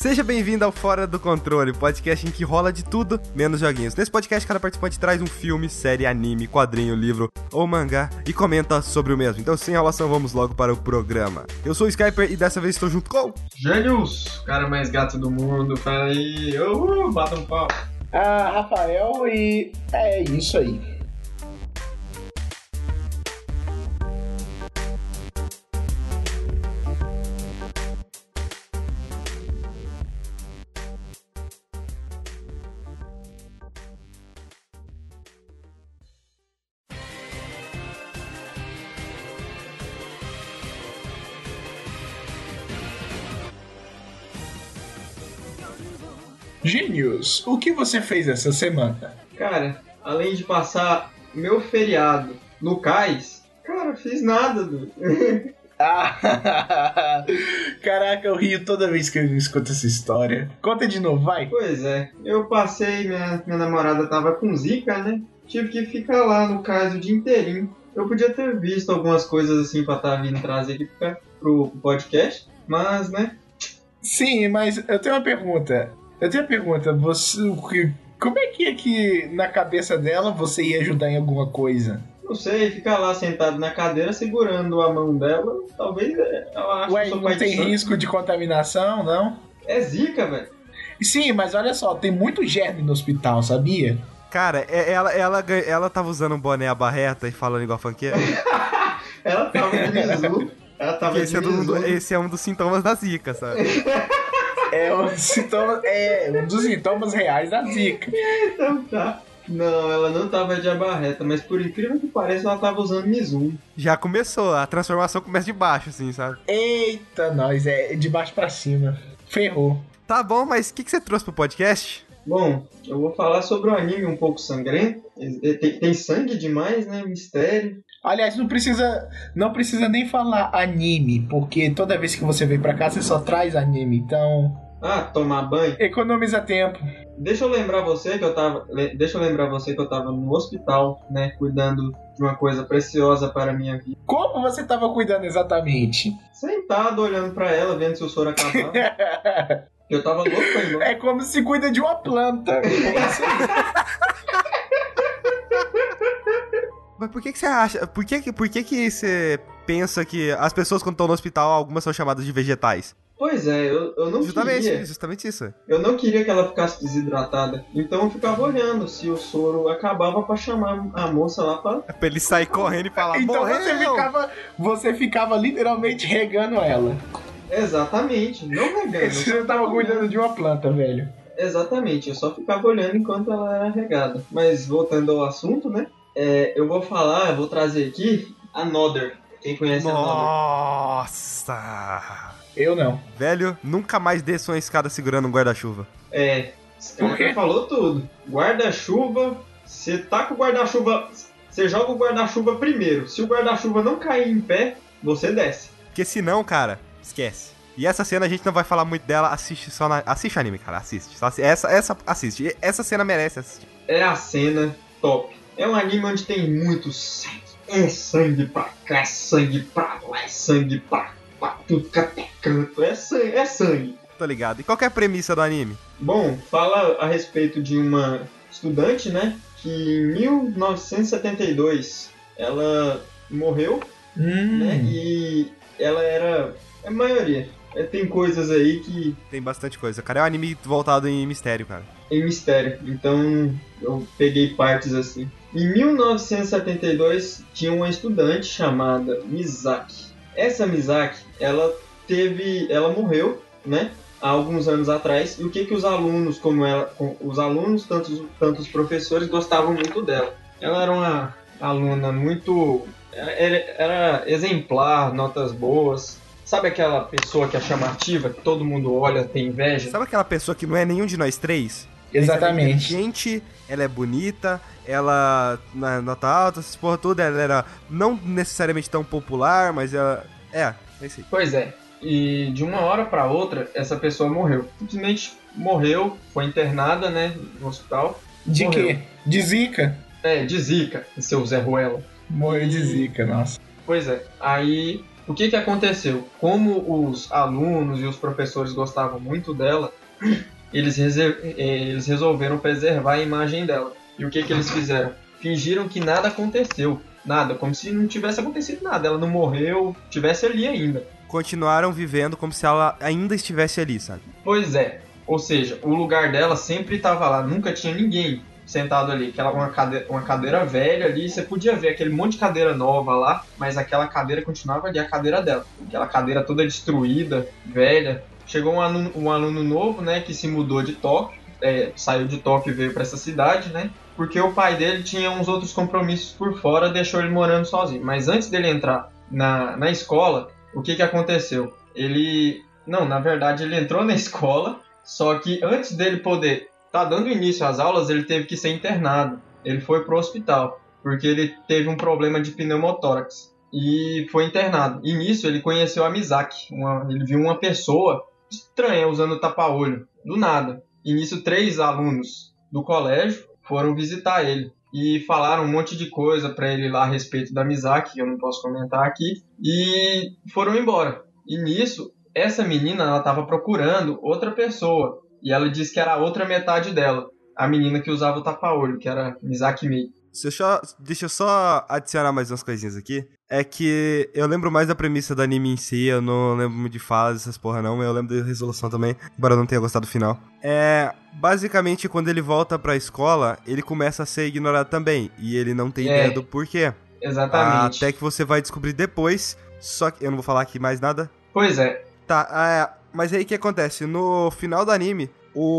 Seja bem-vindo ao Fora do Controle, podcast em que rola de tudo, menos joguinhos. Nesse podcast, cada participante traz um filme, série, anime, quadrinho, livro ou mangá e comenta sobre o mesmo. Então, sem enrolação, vamos logo para o programa. Eu sou o Skyper e dessa vez estou junto com... Gênios, cara mais gato do mundo, fala aí, bata um pau. Rafael, e é isso aí. Gênios, o que você fez essa semana? Cara, além de passar meu feriado no cais, cara, fiz nada, doido. Caraca, eu rio toda vez que eu escuto essa história. Conta de novo, vai. Pois é, eu passei, minha namorada tava com zika, né? Tive que ficar lá no cais o dia inteirinho. Eu podia ter visto algumas coisas assim pra estar vindo trazer aqui pro podcast, mas, né? Sim, mas eu tenho uma pergunta. Você, como é que na cabeça dela você ia ajudar em alguma coisa? Não sei, ficar lá sentado na cadeira segurando a mão dela, talvez ela ache que eu sou pai de não tem santo. risco de contaminação, não? É zika, velho. Sim, mas olha só, tem muito germe no hospital, sabia? Cara, ela tava usando um boné a barreta e falando igual funkeiro. Ela tava de Mizu. Ela tava de Mizu. Esse é um dos sintomas da zika, sabe? É um dos sintomas reais da zika. Então tá. Não, ela não tava de abarreta, mas por incrível que pareça, ela tava usando Mizu. Já começou, a transformação começa de baixo, assim, sabe? Eita, nós, é de baixo pra cima. Ferrou. Tá bom, mas o que você trouxe pro podcast? Bom, eu vou falar sobre um anime um pouco sangrento. Tem sangue demais, né? Mistério. Aliás, não precisa nem falar anime, porque toda vez que você vem pra cá, você só traz anime, então... Ah, tomar banho. Economiza tempo. Deixa eu lembrar você que eu tava no hospital, né? Cuidando de uma coisa preciosa para a minha vida. Como você tava cuidando exatamente? Sentado, olhando pra ela, vendo se o soro acabava. Eu tava louco pra ir embora. É como se cuida de uma planta. É isso aí. Mas por que você acha... Por que você pensa que as pessoas quando estão no hospital, algumas são chamadas de vegetais? Pois é, eu não queria... Justamente isso. Eu não queria que ela ficasse desidratada. Então eu ficava olhando se o soro acabava pra chamar a moça lá pra... É pra ele sair correndo e falar, então morreu! você ficava literalmente regando ela. Exatamente, não regando. Você tava cuidando de uma planta, velho. Exatamente, eu só ficava olhando enquanto ela era regada. Mas voltando ao assunto, né? Eu vou trazer aqui Another. Quem conhece Another? Nossa! Eu não. Velho, nunca mais desça uma escada segurando um guarda-chuva. Por quê? Falou tudo. Guarda-chuva, você tá com o guarda-chuva... Você joga o guarda-chuva primeiro. Se o guarda-chuva não cair em pé, você desce. Porque senão, cara, esquece. E essa cena a gente não vai falar muito dela, assiste o anime, cara, assiste. Assiste. Essa cena merece assistir. É a cena top. É um anime onde tem muito sangue. É sangue pra cá, é sangue pra lá, é sangue pra tudo que é canto. É sangue. Tô ligado. E qual que é a premissa do anime? Bom, fala a respeito de uma estudante, né? Que em 1972 ela morreu, né? E ela era... A maioria. Tem coisas aí que... Tem bastante coisa. Cara, é um anime voltado em mistério, cara. Em mistério. Então, eu peguei partes assim. Em 1972, tinha uma estudante chamada Misaki. Essa Misaki, ela morreu, né? Há alguns anos atrás. E o que os alunos, tanto os professores, gostavam muito dela. Ela era uma aluna muito... Era exemplar, notas boas. Sabe aquela pessoa que é chamativa, que todo mundo olha, tem inveja? Sabe aquela pessoa que não é nenhum de nós três? Exatamente. Ela é inteligente, ela é bonita, ela na nota alta, essas porra toda, ela era não necessariamente tão popular, mas ela... É isso aí. Pois é. E de uma hora pra outra, essa pessoa morreu. Simplesmente morreu, foi internada, né, no hospital. De morreu. quê? De zika? De zika, seu Zé Ruela. Morreu de zika, nossa. Pois é. Aí o que aconteceu? Como os alunos e os professores gostavam muito dela, eles resolveram preservar a imagem dela. E o que eles fizeram? Fingiram que nada aconteceu. Nada, como se não tivesse acontecido nada. Ela não morreu, estivesse ali ainda. Continuaram vivendo como se ela ainda estivesse ali, sabe? Pois é. Ou seja, o lugar dela sempre estava lá. Nunca tinha ninguém sentado ali. Uma cadeira velha ali. Você podia ver aquele monte de cadeira nova lá, mas aquela cadeira continuava ali, a cadeira dela. Aquela cadeira toda destruída, velha. Chegou um aluno novo, né, que se mudou de Tóquio. Saiu de Tóquio e veio para essa cidade, né? Porque o pai dele tinha uns outros compromissos por fora, deixou ele morando sozinho. Mas antes dele entrar na escola, o que aconteceu? Na verdade, ele entrou na escola, só que antes dele poder estar dando início às aulas, ele teve que ser internado. Ele foi pro hospital, porque ele teve um problema de pneumotórax e foi internado. E nisso ele conheceu a Misaki. Ele viu uma pessoa estranha usando tapa-olho, do nada. E nisso 3 alunos do colégio foram visitar ele e falaram um monte de coisa para ele lá a respeito da Misaki, que eu não posso comentar aqui, e foram embora. E nisso, essa menina, ela estava procurando outra pessoa, e ela disse que era a outra metade dela, a menina que usava o tapa-olho, que era Misaki Mei. Deixa eu só adicionar mais umas coisinhas aqui. É que eu lembro mais da premissa do anime em si, eu não lembro muito de falas, essas porra não, mas eu lembro da resolução também, embora eu não tenha gostado do final. Basicamente, quando ele volta pra escola, ele começa a ser ignorado também, e ele não tem ideia do porquê. Exatamente. Até que você vai descobrir depois, só que eu não vou falar aqui mais nada. Pois é. Tá, mas aí o que acontece? No final do anime,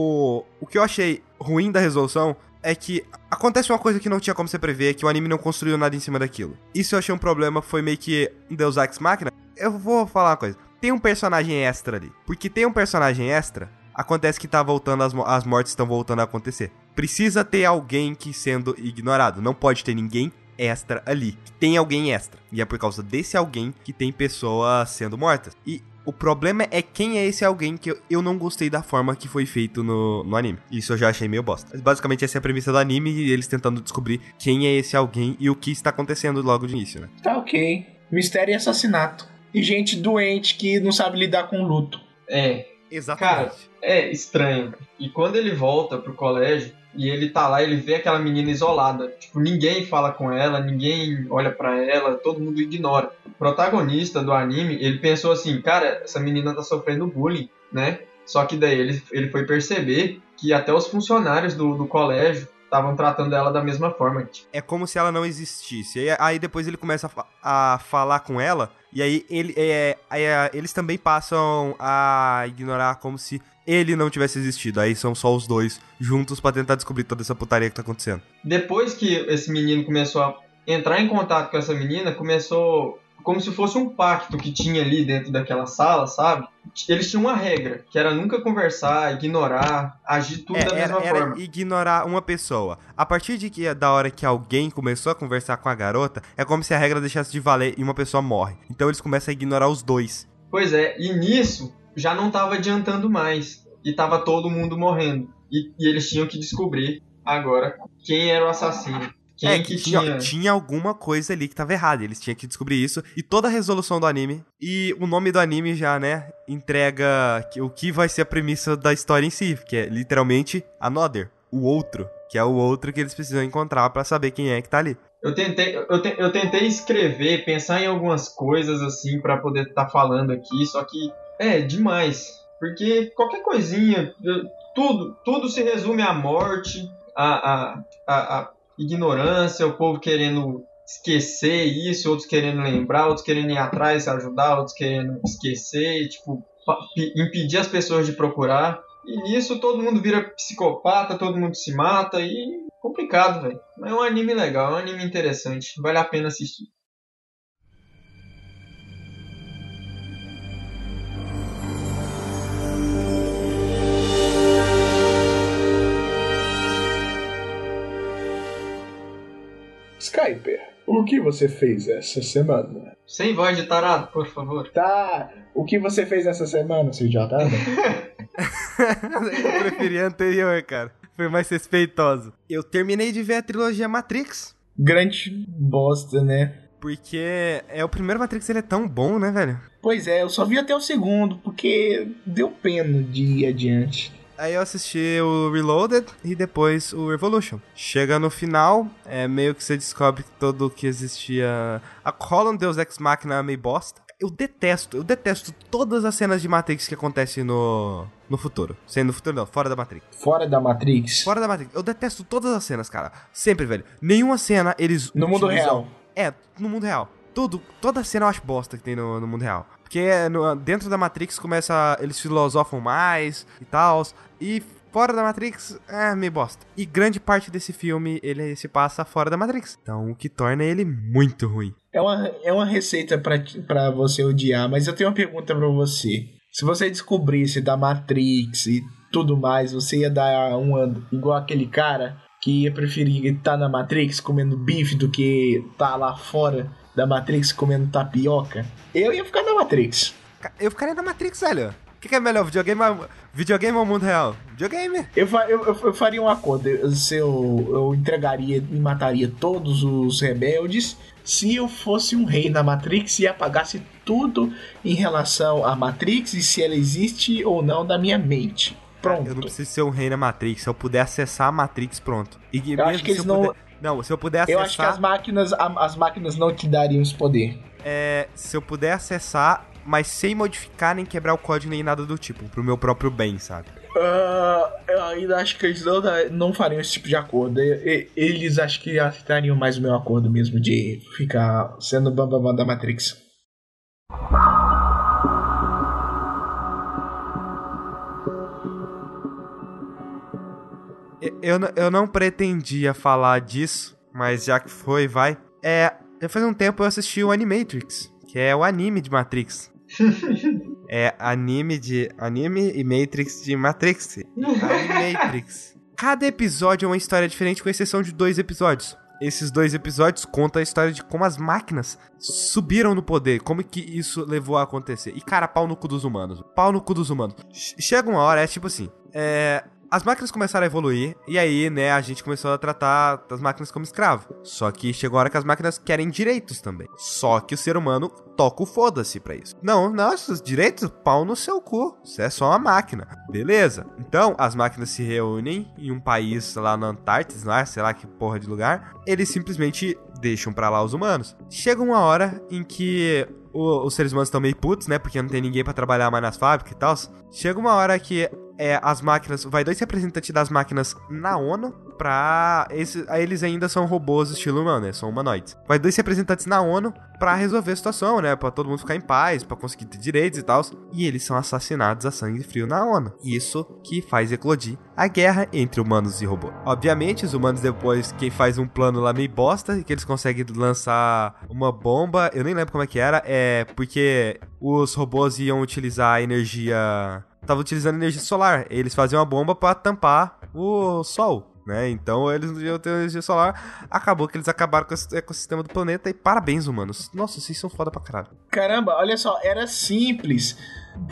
o que eu achei ruim da resolução é que acontece uma coisa que não tinha como você prever, que o anime não construiu nada em cima daquilo. Isso eu achei um problema, foi meio que um Deus Ex Machina. Eu vou falar uma coisa. Tem um personagem extra ali. Porque tem um personagem extra, acontece que tá voltando, as mortes estão voltando a acontecer. Precisa ter alguém que sendo ignorado. Não pode ter ninguém extra ali. Tem alguém extra. E é por causa desse alguém que tem pessoas sendo mortas. E o problema é quem é esse alguém, que eu não gostei da forma que foi feito no anime. Isso eu já achei meio bosta. Mas basicamente essa é a premissa do anime, e eles tentando descobrir quem é esse alguém e o que está acontecendo logo de início, né? Tá ok. Mistério e assassinato. E gente doente que não sabe lidar com luto. Exatamente. Cara, é estranho. E quando ele volta pro colégio, e ele tá lá, ele vê aquela menina isolada. Tipo, ninguém fala com ela, ninguém olha pra ela, todo mundo ignora. O protagonista do anime, ele pensou assim, cara, essa menina tá sofrendo bullying, né? Só que daí ele foi perceber que até os funcionários do colégio estavam tratando ela da mesma forma. É como se ela não existisse. Aí depois ele começa a falar com ela, e aí eles também passam a ignorar como se ele não tivesse existido. Aí são só os dois juntos pra tentar descobrir toda essa putaria que tá acontecendo. Depois que esse menino começou a entrar em contato com essa menina, começou como se fosse um pacto que tinha ali dentro daquela sala, sabe? Eles tinham uma regra, que era nunca conversar, ignorar, agir tudo da mesma forma. Era ignorar uma pessoa. A partir da hora que alguém começou a conversar com a garota, é como se a regra deixasse de valer e uma pessoa morre. Então eles começam a ignorar os dois. Pois é, e nisso já não estava adiantando mais. E tava todo mundo morrendo. E eles tinham que descobrir agora quem era o assassino. Quem que tinha alguma coisa ali que tava errada. Eles tinham que descobrir isso. E toda a resolução do anime, e o nome do anime já, né, entrega o que vai ser a premissa da história em si, que é literalmente Another, o outro, que é o outro que eles precisam encontrar pra saber quem é que tá ali. Eu tentei escrever, pensar em algumas coisas assim pra poder estar falando aqui, só que é demais. Porque qualquer coisinha, tudo se resume à morte, a ignorância, o povo querendo esquecer isso, outros querendo lembrar, outros querendo ir atrás, ajudar, outros querendo esquecer, tipo, impedir as pessoas de procurar. E nisso todo mundo vira psicopata, todo mundo se mata e complicado, velho. Mas é um anime legal, é um anime interessante, vale a pena assistir. Skyper, o que você fez essa semana? Sem voz de tarado, por favor. Tá, o que você fez essa semana, seu idiota? Eu preferi a anterior, cara. Foi mais respeitoso. Eu terminei de ver a trilogia Matrix. Grande bosta, né? Porque o primeiro Matrix, ele é tão bom, né, velho? Pois é, eu só vi até o segundo, porque deu pena de ir adiante. Aí eu assisti o Reloaded e depois o Revolution. Chega no final, meio que você descobre que tudo o que existia... Rola um Deus Ex Machina meio bosta. Eu detesto todas as cenas de Matrix que acontecem no futuro. Sendo no futuro não, fora da Matrix. Fora da Matrix? Fora da Matrix. Eu detesto todas as cenas, cara. Sempre, velho. Nenhuma cena eles no mundo real. No mundo real. Toda cena eu acho bosta que tem no mundo real. Porque dentro da Matrix eles filosofam mais e tal. E fora da Matrix, meio bosta. E grande parte desse filme, ele se passa fora da Matrix. Então, o que torna ele muito ruim. É uma receita pra você odiar, mas eu tenho uma pergunta pra você. Se você descobrisse da Matrix e tudo mais, você ia dar igual aquele cara que ia preferir estar na Matrix comendo bife do que estar lá fora da Matrix comendo tapioca? Eu ia ficar na Matrix. Eu ficaria na Matrix, velho. O que é melhor, videogame ou mundo real? Videogame. Eu faria um acordo. Eu entregaria e mataria todos os rebeldes se eu fosse um rei na Matrix e apagasse tudo em relação à Matrix e se ela existe ou não da minha mente. Pronto. Eu não preciso ser um rei na Matrix. Se eu puder acessar a Matrix, pronto. E eu acho que eles não... Não, se eu puder acessar... Eu acho que as máquinas não te dariam esse poder. Se eu puder acessar, mas sem modificar nem quebrar o código nem nada do tipo, pro meu próprio bem, sabe? Eu ainda acho que eles não fariam esse tipo de acordo. Eles acho que aceitariam mais o meu acordo mesmo de ficar sendo bambam da Matrix. Eu não pretendia falar disso, mas já que foi, vai. Já faz um tempo eu assisti o Animatrix, que é o anime de Matrix. Anime e Matrix de Matrix. Animatrix. Cada episódio é uma história diferente, com exceção de 2 episódios. Esses 2 episódios contam a história de como as máquinas subiram no poder, como que isso levou a acontecer. E, cara, pau no cu dos humanos. Pau no cu dos humanos. Chega uma hora, tipo assim, as máquinas começaram a evoluir, e aí, né, a gente começou a tratar as máquinas como escravo. Só que chegou a hora que as máquinas querem direitos também. Só que o ser humano toca o foda-se pra isso. Não, esses direitos, pau no seu cu. Isso é só uma máquina. Beleza. Então, as máquinas se reúnem em um país lá na Antártida, lá, sei lá que porra de lugar. Eles simplesmente deixam pra lá os humanos. Chega uma hora em que os seres humanos estão meio putos, né, porque não tem ninguém pra trabalhar mais nas fábricas e tal. Chega uma hora que as máquinas... Vai 2 representantes das máquinas na ONU eles ainda são robôs estilo humano, né? São humanoides. Vai 2 representantes na ONU pra resolver a situação, né? Pra todo mundo ficar em paz, pra conseguir ter direitos e tal. E eles são assassinados a sangue frio na ONU. Isso que faz eclodir a guerra entre humanos e robôs. Obviamente, os humanos depois, quem faz um plano lá meio bosta, que eles conseguem lançar uma bomba, eu nem lembro como é que era, porque os robôs iam utilizar a energia... Estavam utilizando energia solar. Eles faziam uma bomba pra tampar o sol, né? Então eles não iam ter energia solar. Acabou que eles acabaram com o ecossistema do planeta. E parabéns, humanos. Nossa, vocês são foda pra caralho. Caramba, olha só, era simples.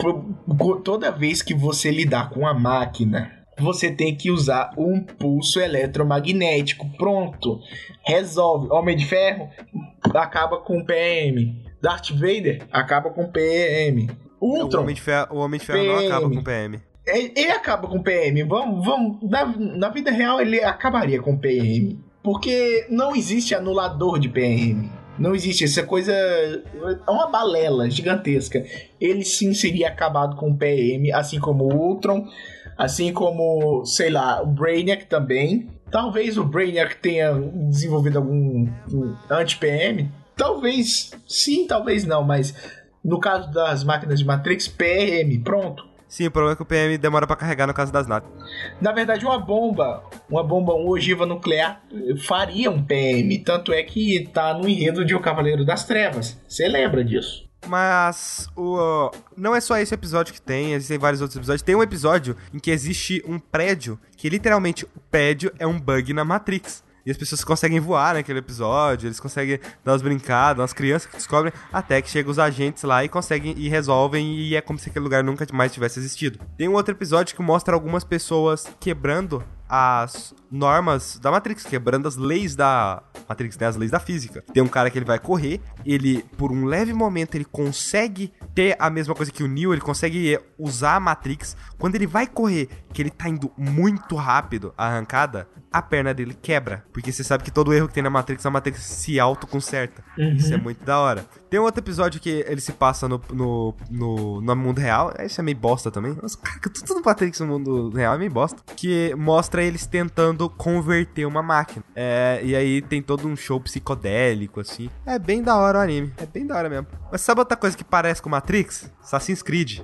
Toda vez que você lidar com a máquina, você tem que usar um pulso eletromagnético. Pronto. Resolve. Homem de Ferro acaba com PM. Darth Vader acaba com PM. Ultron, o Homem de Ferro não acaba com PM. Ele acaba com PM. Vamos, na vida real ele acabaria com PM. Porque não existe anulador de PM. Não existe essa coisa. É uma balela gigantesca. Ele sim seria acabado com PM, assim como o Ultron, assim como, sei lá, o Brainiac também. Talvez o Brainiac tenha desenvolvido algum anti-PM. Talvez sim, talvez não, mas no caso das máquinas de Matrix, PM, pronto. Sim, o problema é que o PM demora pra carregar no caso das naves. Na verdade, uma ogiva nuclear faria um PM, tanto é que tá no enredo de O Cavaleiro das Trevas. Você lembra disso? Mas não é só esse episódio que tem, existem vários outros episódios. Tem um episódio em que existe um prédio, que literalmente o prédio é um bug na Matrix. E as pessoas conseguem voar naquele episódio, eles conseguem dar umas brincadas, umas crianças que descobrem, até que chegam os agentes lá e conseguem e resolvem, e é como se aquele lugar nunca mais tivesse existido. Tem um outro episódio que mostra algumas pessoas quebrando as normas da Matrix, quebrando as leis da Matrix, né? As leis da física. Tem um cara que ele vai correr, ele, por um leve momento, ele consegue ter a mesma coisa que o Neo, ele consegue usar a Matrix. Quando ele vai correr, que ele tá indo muito rápido, a arrancada, a perna dele quebra. Porque você sabe que todo erro que tem na Matrix, a Matrix se autoconserta. Isso é muito da hora. Tem um outro episódio que ele se passa no mundo real. Isso é meio bosta também. Mas, cara, tudo no Matrix no mundo real é meio bosta. Que mostra eles tentando converter uma máquina. E aí tem todo um show psicodélico, assim. É bem da hora o anime. É bem da hora mesmo. Mas sabe outra coisa que parece com Matrix? Assassin's Creed.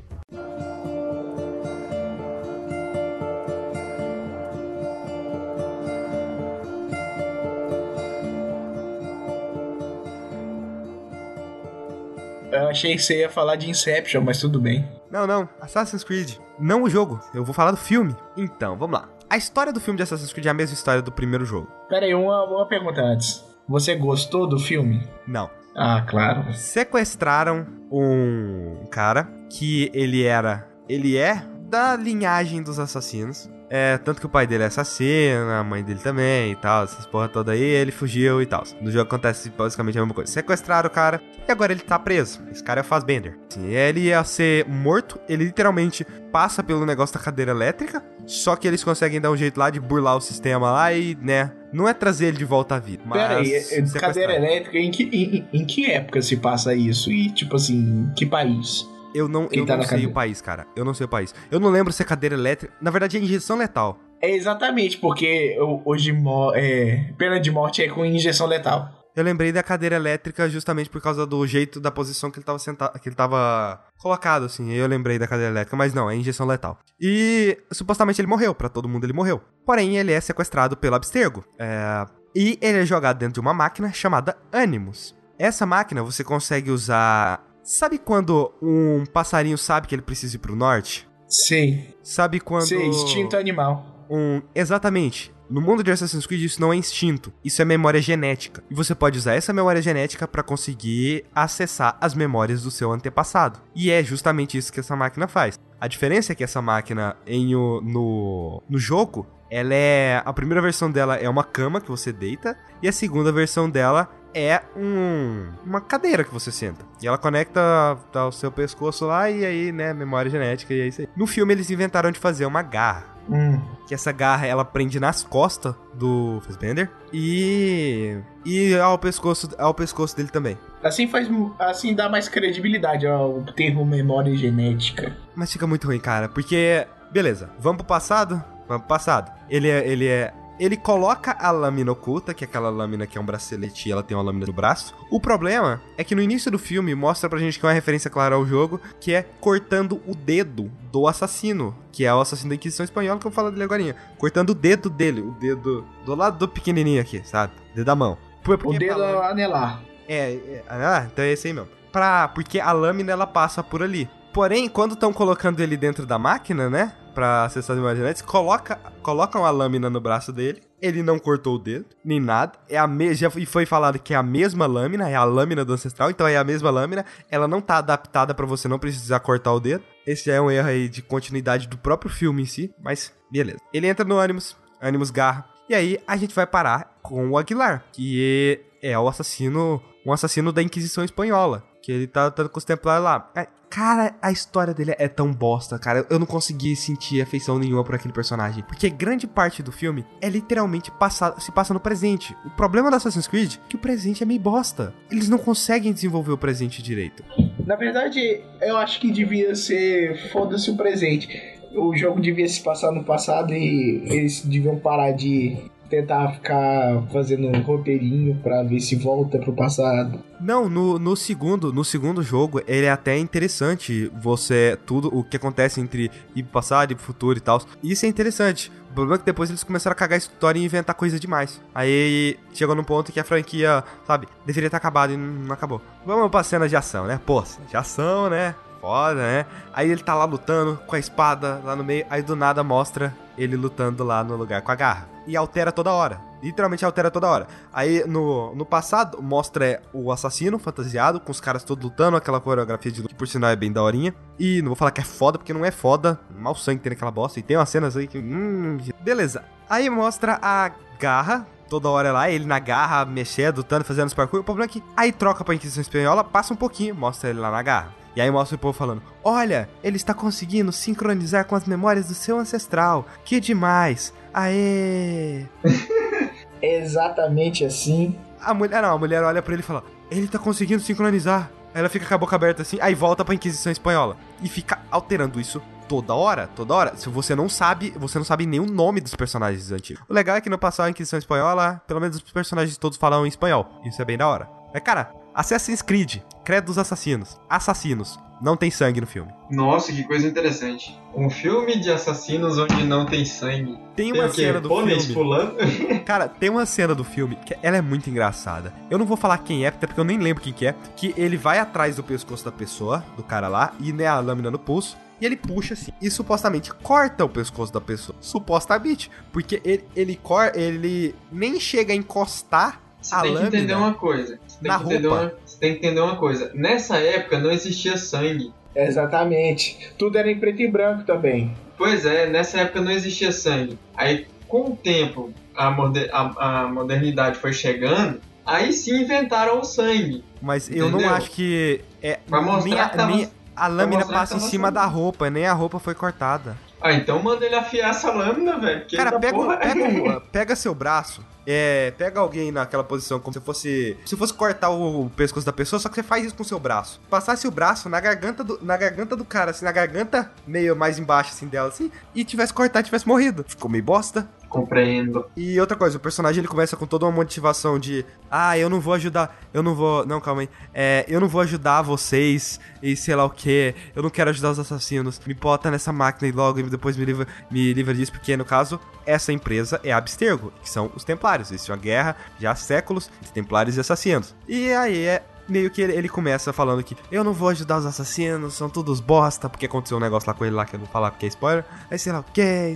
Eu achei que você ia falar de Inception, mas tudo bem. Não. Assassin's Creed. Não o jogo. Eu vou falar do filme. Então, vamos lá. A história do filme de Assassin's Creed é a mesma história do primeiro jogo. Pera aí, uma pergunta antes. Você gostou do filme? Não. Ah, claro. Sequestraram um cara que ele é da linhagem dos assassinos. Tanto que o pai dele é assassino, a mãe dele também e tal, essas porra toda aí, ele fugiu e tal. No jogo acontece basicamente a mesma coisa. Sequestraram o cara e agora ele tá preso. Esse cara é o Fassbender. Assim, ele ia ser morto, ele literalmente passa pelo negócio da cadeira elétrica, só que eles conseguem dar um jeito lá de burlar o sistema lá e, né, não é trazer ele de volta à vida, mas... Pera aí, cadeira elétrica, em que época se passa isso? E, tipo assim, que país? Eu não sei o país, cara. Eu não sei o país. Eu não lembro se é cadeira elétrica. Na verdade, é injeção letal. É exatamente, porque hoje pena de morte é com injeção letal. Eu lembrei da cadeira elétrica justamente por causa do jeito da posição que ele tava sentado, que ele tava colocado, assim. Eu lembrei da cadeira elétrica, mas não, é injeção letal. E supostamente ele morreu, pra todo mundo ele morreu. Porém, ele é sequestrado pelo Abstergo. E ele é jogado dentro de uma máquina chamada Animus. Essa máquina você consegue usar... Sabe quando um passarinho sabe que ele precisa ir pro norte? Sim. Sabe quando... Sim, instinto animal. Exatamente. No mundo de Assassin's Creed isso não é instinto, isso é memória genética. E você pode usar essa memória genética pra conseguir acessar as memórias do seu antepassado. E é justamente isso que essa máquina faz. A diferença é que essa máquina no jogo, a primeira versão dela é uma cama que você deita, e a segunda versão dela é uma cadeira que você senta. E ela conecta ao seu pescoço lá, e aí, né, memória genética, e é isso aí. No filme eles inventaram de fazer uma garra. Que essa garra, ela prende nas costas do Fassbender e ao pescoço dele também. Assim dá mais credibilidade ao termo memória genética. Mas fica muito ruim, cara, porque... Beleza, vamos pro passado? Vamos pro passado. Ele coloca a lâmina oculta, que é aquela lâmina que é um bracelete e ela tem uma lâmina no braço. O problema é que no início do filme mostra pra gente que é uma referência clara ao jogo, que é cortando o dedo do assassino, que é o assassino da Inquisição Espanhola, que eu falo dele agora. Cortando o dedo dele, o dedo do lado do pequenininho aqui, sabe? O dedo da mão. O dedo anelar. Então é esse aí mesmo. Porque a lâmina, ela passa por ali. Porém, quando estão colocando ele dentro da máquina, né, pra acessar as memórias genéticas, colocam a lâmina no braço dele. Ele não cortou o dedo, nem nada. Já foi falado que é a mesma lâmina, é a lâmina do ancestral, então é a mesma lâmina. Ela não tá adaptada pra você não precisar cortar o dedo. Esse já é um erro aí de continuidade do próprio filme em si, mas beleza. Ele entra no Animus garra. E aí a gente vai parar com o Aguilar, que é o assassino, um assassino da Inquisição Espanhola, que ele tá com os templários lá. Cara, a história dele é tão bosta, cara. Eu não consegui sentir afeição nenhuma por aquele personagem. Porque grande parte do filme é literalmente se passa no presente. O problema da Assassin's Creed é que o presente é meio bosta. Eles não conseguem desenvolver o presente direito. Na verdade, eu acho que devia ser foda-se o presente. O jogo devia se passar no passado e eles deviam parar de tentar ficar fazendo um roteirinho pra ver se volta pro passado. Não, no segundo jogo, ele é até interessante tudo o que acontece entre ir pro passado e pro futuro e tal. Isso é interessante. O problema é que depois eles começaram a cagar a história e inventar coisa demais. Aí chegou num ponto que a franquia, sabe, deveria ter acabado e não acabou. Vamos pra cena de ação, né? Pô, de ação, né? Foda, né? Aí ele tá lá lutando com a espada lá no meio, aí do nada mostra ele lutando lá no lugar com a garra. E altera toda hora. Literalmente altera toda hora. Aí no passado mostra o assassino fantasiado, com os caras todos lutando, aquela coreografia de luta, que por sinal é bem daorinha. E não vou falar que é foda, porque não é foda. Mal sangue tem naquela bosta. E tem umas cenas aí que... Beleza. Aí mostra a garra toda hora lá, ele na garra, mexendo, lutando, fazendo os parkour. O problema é que aí troca pra Inquisição Espanhola, passa um pouquinho, mostra ele lá na garra. E aí mostra o povo falando, olha, ele está conseguindo sincronizar com as memórias do seu ancestral. Que demais. Aê! Exatamente assim. A mulher olha pra ele e fala, ele tá conseguindo sincronizar. Aí ela fica com a boca aberta assim, aí volta pra Inquisição Espanhola. E fica alterando isso toda hora. Se você não sabe nem o nome dos personagens antigos. O legal é que no passado a Inquisição Espanhola, pelo menos os personagens todos falam em espanhol. Isso é bem da hora. Mas cara, Assassin's Creed, Credo dos Assassinos. Assassinos. Não tem sangue no filme. Nossa, que coisa interessante. Um filme de assassinos onde não tem sangue. Tem uma cena do Pôneis filme. pulando? Cara, tem uma cena do filme que ela é muito engraçada. Eu não vou falar quem é, até porque eu nem lembro quem que é. Que ele vai atrás do pescoço da pessoa, do cara lá, e né, a lâmina no pulso. E ele puxa assim, e supostamente corta o pescoço da pessoa. Supostamente. Porque ele nem chega a encostar Você a tem que lâmina entender uma coisa. Você tem que entender uma coisa. Nessa época não existia sangue. Exatamente. Tudo era em preto e branco também. Pois é, nessa época não existia sangue. Aí, com o tempo, a modernidade foi chegando, aí sim inventaram o sangue. Mas entendeu? eu não acho que... Pra mostrar que a lâmina mostrar passa que em tava cima sangue. da roupa, nem a roupa foi cortada. Ah, então manda ele afiar essa lâmina, velho. Cara, pega seu braço, pega alguém naquela posição como se fosse cortar o pescoço da pessoa, só que você faz isso com o seu braço. Passasse o braço na garganta do cara, assim, na garganta meio mais embaixo, assim, dela, assim, e tivesse cortado, tivesse morrido. Ficou meio bosta. Compreendo. E outra coisa, o personagem ele começa com toda uma motivação de eu não vou ajudar, não, calma aí, eu não vou ajudar vocês e sei lá o que, eu não quero ajudar os assassinos, me bota nessa máquina e logo e depois me livra disso, porque no caso, essa empresa é a Abstergo, que são os Templários, existe uma guerra já há séculos entre Templários e assassinos. E aí meio que ele começa falando que eu não vou ajudar os assassinos, são todos bosta, porque aconteceu um negócio lá com ele lá que eu não vou falar porque é spoiler. Aí sei lá o que,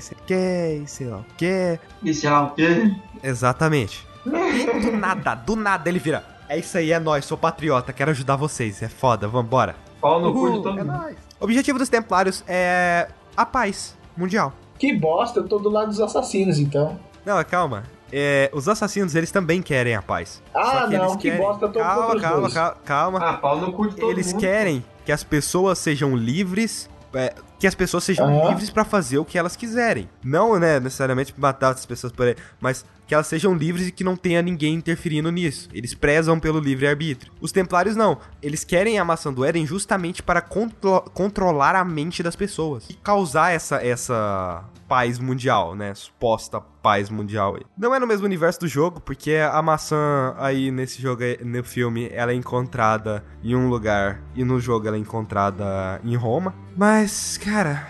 sei lá o que. E sei lá o quê? Exatamente. E do nada ele vira. É isso aí, é nóis, sou patriota, quero ajudar vocês, é foda, vambora. Pau no cu de todo É mundo. nóis. O objetivo dos Templários é a paz mundial. Que bosta, eu tô do lado dos assassinos, então. Não, calma. Os assassinos, eles também querem a paz. Ah, Só que não, eles que querem... bosta, eu tô contra os dois. Calma. Ah, pau no cu de todo Eles mundo. querem que as pessoas sejam livres, que as pessoas sejam livres pra fazer o que elas quiserem. Não, né, necessariamente matar as pessoas por aí, mas que elas sejam livres e que não tenha ninguém interferindo nisso. Eles prezam pelo livre-arbítrio. Os Templários não. Eles querem a Maçã do Éden justamente para controlar a mente das pessoas e causar essa paz mundial, né? Suposta paz mundial aí. Não é no mesmo universo do jogo, porque a maçã aí nesse jogo, no filme, ela é encontrada em um lugar e no jogo ela é encontrada em Roma. Mas, cara,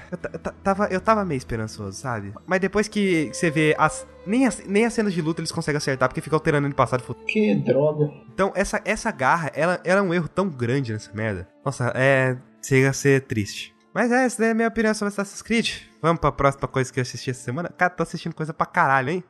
eu tava meio esperançoso, sabe? Mas depois que você vê nem as cenas de luta eles conseguem acertar, porque fica alterando no passado e futuro. Que droga. Então, essa garra, ela é um erro tão grande nessa merda. Nossa, chega a ser triste. Mas essa daí é a minha opinião sobre Assassin's Creed. Vamos pra próxima coisa que eu assisti essa semana. Cara, tô assistindo coisa pra caralho, hein?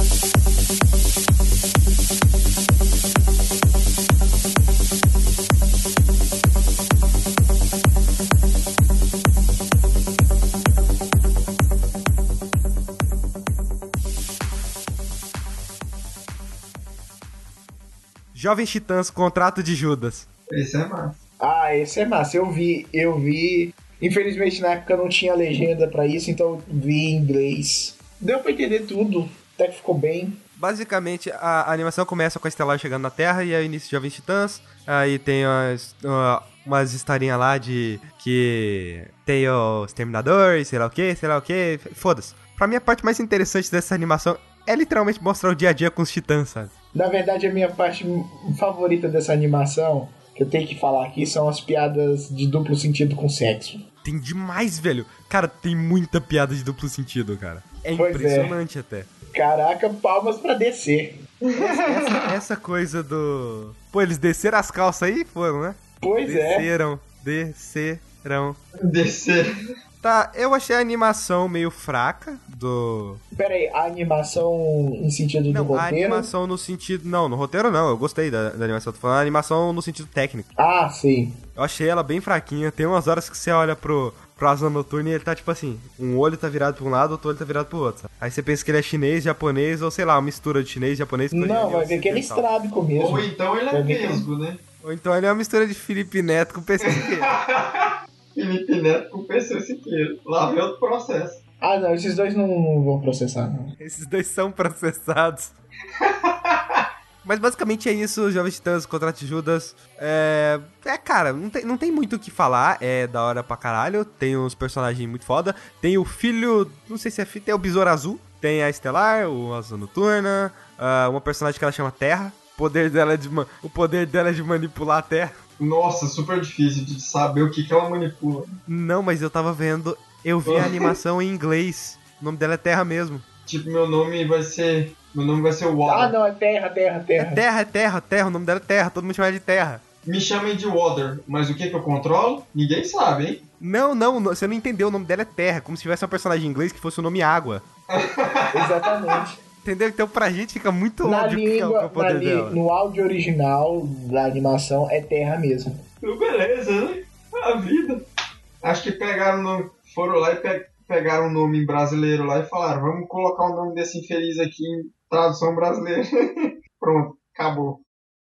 Jovens Titãs, Contrato de Judas. Esse é massa. Ah, esse é massa. Eu vi. Infelizmente na época não tinha legenda pra isso, então eu vi em inglês. Deu pra entender tudo, até que ficou bem. Basicamente, a animação começa com a Estelar chegando na Terra e é o início de Jovens Titãs. Aí tem umas historinhas lá de que tem o Exterminador e sei lá o que. Foda-se. Pra mim, a parte mais interessante dessa animação é literalmente mostrar o dia a dia com os titãs, sabe? Na verdade, a minha parte favorita dessa animação, que eu tenho que falar aqui, são as piadas de duplo sentido com sexo. Tem demais, velho. Cara, tem muita piada de duplo sentido, cara. É Pois impressionante até. Caraca, palmas pra descer. Essa coisa do... Pô, eles desceram as calças aí? Foram, né? Pois Desceram. Descer. Tá, eu achei a animação meio fraca do... Pera aí, a animação em sentido do Não, roteiro? a animação no sentido... Não, no roteiro não, eu gostei da animação. Tô falando a animação no sentido técnico. Ah, sim. Eu achei ela bem fraquinha. Tem umas horas que você olha pro pro Asa Noturna e ele tá tipo assim, um olho tá virado pra um lado, outro olho tá virado pro outro. Sabe? Aí você pensa que ele é chinês, japonês, ou sei lá, uma mistura de chinês, japonês, coreano. Não, vai ver que ele é estrábico mesmo. Ou então ele é vesgo, né? Ou então ele é uma mistura de Felipe Neto com PC Siqueira. Felipe Neto com PC Siqueira. Lá vem outro processo. Ah, não, esses dois não vão processar, não. Esses dois são processados. Mas basicamente é isso, Jovens Titãs contra Judas. Cara, não tem muito o que falar. É da hora pra caralho. Tem uns personagens muito foda. Tem o filho, não sei se é filho, tem o Besouro Azul. Tem a Estelar, o Asa Noturna. Uma personagem que ela chama Terra. O poder dela é de manipular a Terra. Nossa, super difícil de saber o que ela manipula. Não, mas eu tava vendo. Eu vi a animação em inglês. O nome dela é Terra mesmo. Tipo, meu nome vai ser Water. Ah, não, é Terra. É Terra. O nome dela é Terra. Todo mundo chama ela de Terra. Me chamem de Water, mas o que eu controlo? Ninguém sabe, hein? Não, você não entendeu. O nome dela é Terra. Como se tivesse uma personagem em inglês que fosse o nome Água. Exatamente. Entendeu? Então pra gente fica muito Na óbvio que é o poder dela. No áudio original da animação é Terra mesmo. Beleza, né? A vida. Acho que foram lá e pegaram um nome brasileiro lá e falaram, vamos colocar o nome desse infeliz aqui em tradução brasileira. Pronto, acabou.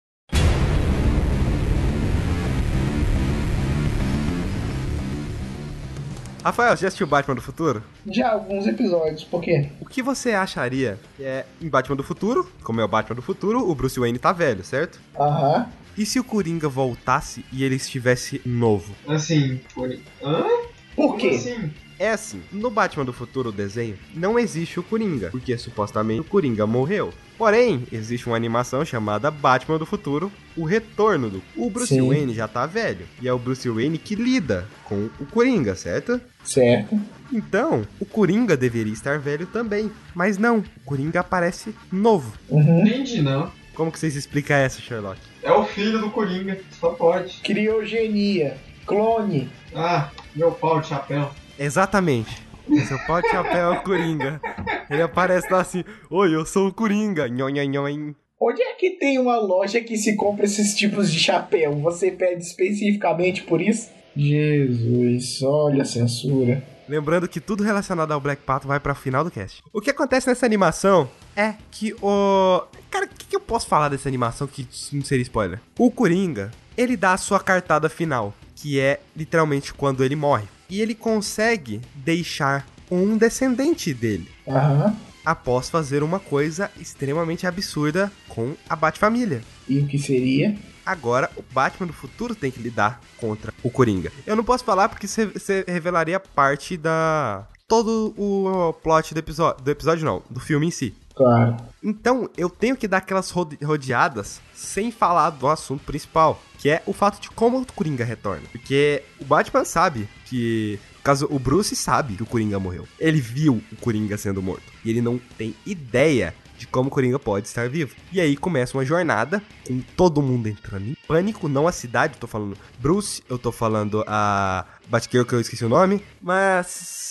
Rafael, já assistiu Batman do Futuro? Já alguns episódios, por quê? O que você acharia que em Batman do Futuro, como é o Batman do Futuro, o Bruce Wayne tá velho, certo? Aham. E se o Coringa voltasse e ele estivesse novo? Assim, hã? Por quê? Como assim? É assim, no Batman do Futuro, o desenho, não existe o Coringa, porque supostamente o Coringa morreu. Porém, existe uma animação chamada Batman do Futuro, o Retorno do... O Bruce Wayne já tá velho, e é o Bruce Wayne que lida com o Coringa, certo? Certo. Então, o Coringa deveria estar velho também, mas não, o Coringa aparece novo. Entendi, não. Como que vocês explicam essa, Sherlock? É o filho do Coringa, só pode. Criogenia. Clone. Ah, meu pau de chapéu. Exatamente. Seu pau de chapéu é o Coringa. Ele aparece lá assim, oi, eu sou o Coringa. Nhonhanhon. Onde é que tem uma loja que se compra esses tipos de chapéu? Você pede especificamente por isso? Jesus, olha a censura. Lembrando que tudo relacionado ao Black Pato vai pra final do cast. O que acontece nessa animação é que o... Cara, o que eu posso falar dessa animação que não seria spoiler? O Coringa, ele dá a sua cartada final, que é literalmente quando ele morre. E ele consegue deixar um descendente dele. Após fazer uma coisa extremamente absurda com a Bat-família. E o que seria? Agora, o Batman do futuro tem que lidar contra o Coringa. Eu não posso falar porque você revelaria parte da... todo o plot do episódio não, do filme em si. Claro. Então, eu tenho que dar aquelas rodeadas sem falar do assunto principal, que é o fato de como o Coringa retorna. Porque o Batman sabe que... No caso, o Bruce sabe que o Coringa morreu. Ele viu o Coringa sendo morto. E ele não tem ideia de como o Coringa pode estar vivo. E aí começa uma jornada com todo mundo entrando em pânico. Não a cidade, eu tô falando Bruce, eu tô falando a Batgirl, que eu esqueci o nome. Mas...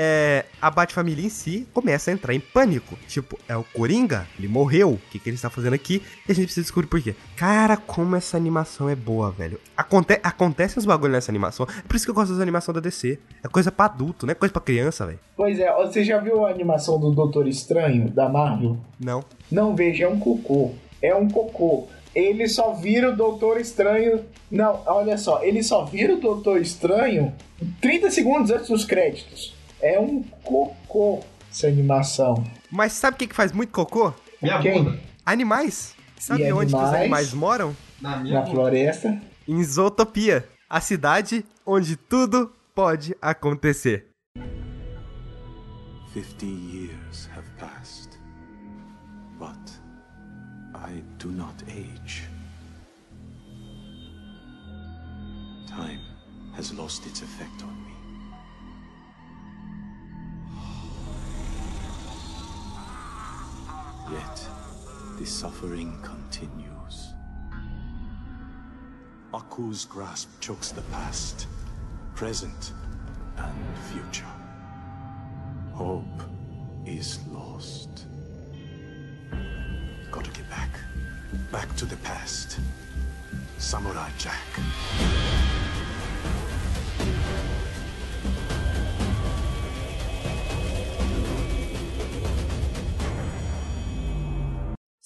a Bat-família em si começa a entrar em pânico. Tipo, é o Coringa? Ele morreu. O que ele está fazendo aqui? E a gente precisa descobrir por quê. Cara, como essa animação é boa, velho. Acontece uns bagulho nessa animação. É por isso que eu gosto das animações da DC. É coisa pra adulto, não é coisa pra criança, velho. Pois é, você já viu a animação do Doutor Estranho, da Marvel? Não. Não, veja, é um cocô. É um cocô. Ele só vira o Doutor Estranho... Não, olha só. Ele só vira o Doutor Estranho 30 segundos antes dos créditos. É um cocô essa animação. Mas sabe o que faz muito cocô? Minha Quem? bunda. Animais. Sabe E onde que os animais? animais moram? Na minha Na bunda. floresta. Em Zootopia. A cidade onde tudo pode acontecer. 50 years have passed, but I do not age. Time has lost its effect on me. Yet, the suffering continues. Aku's grasp chokes the past, present, and future. Hope is lost. Gotta get back. Back to the past. Samurai Jack.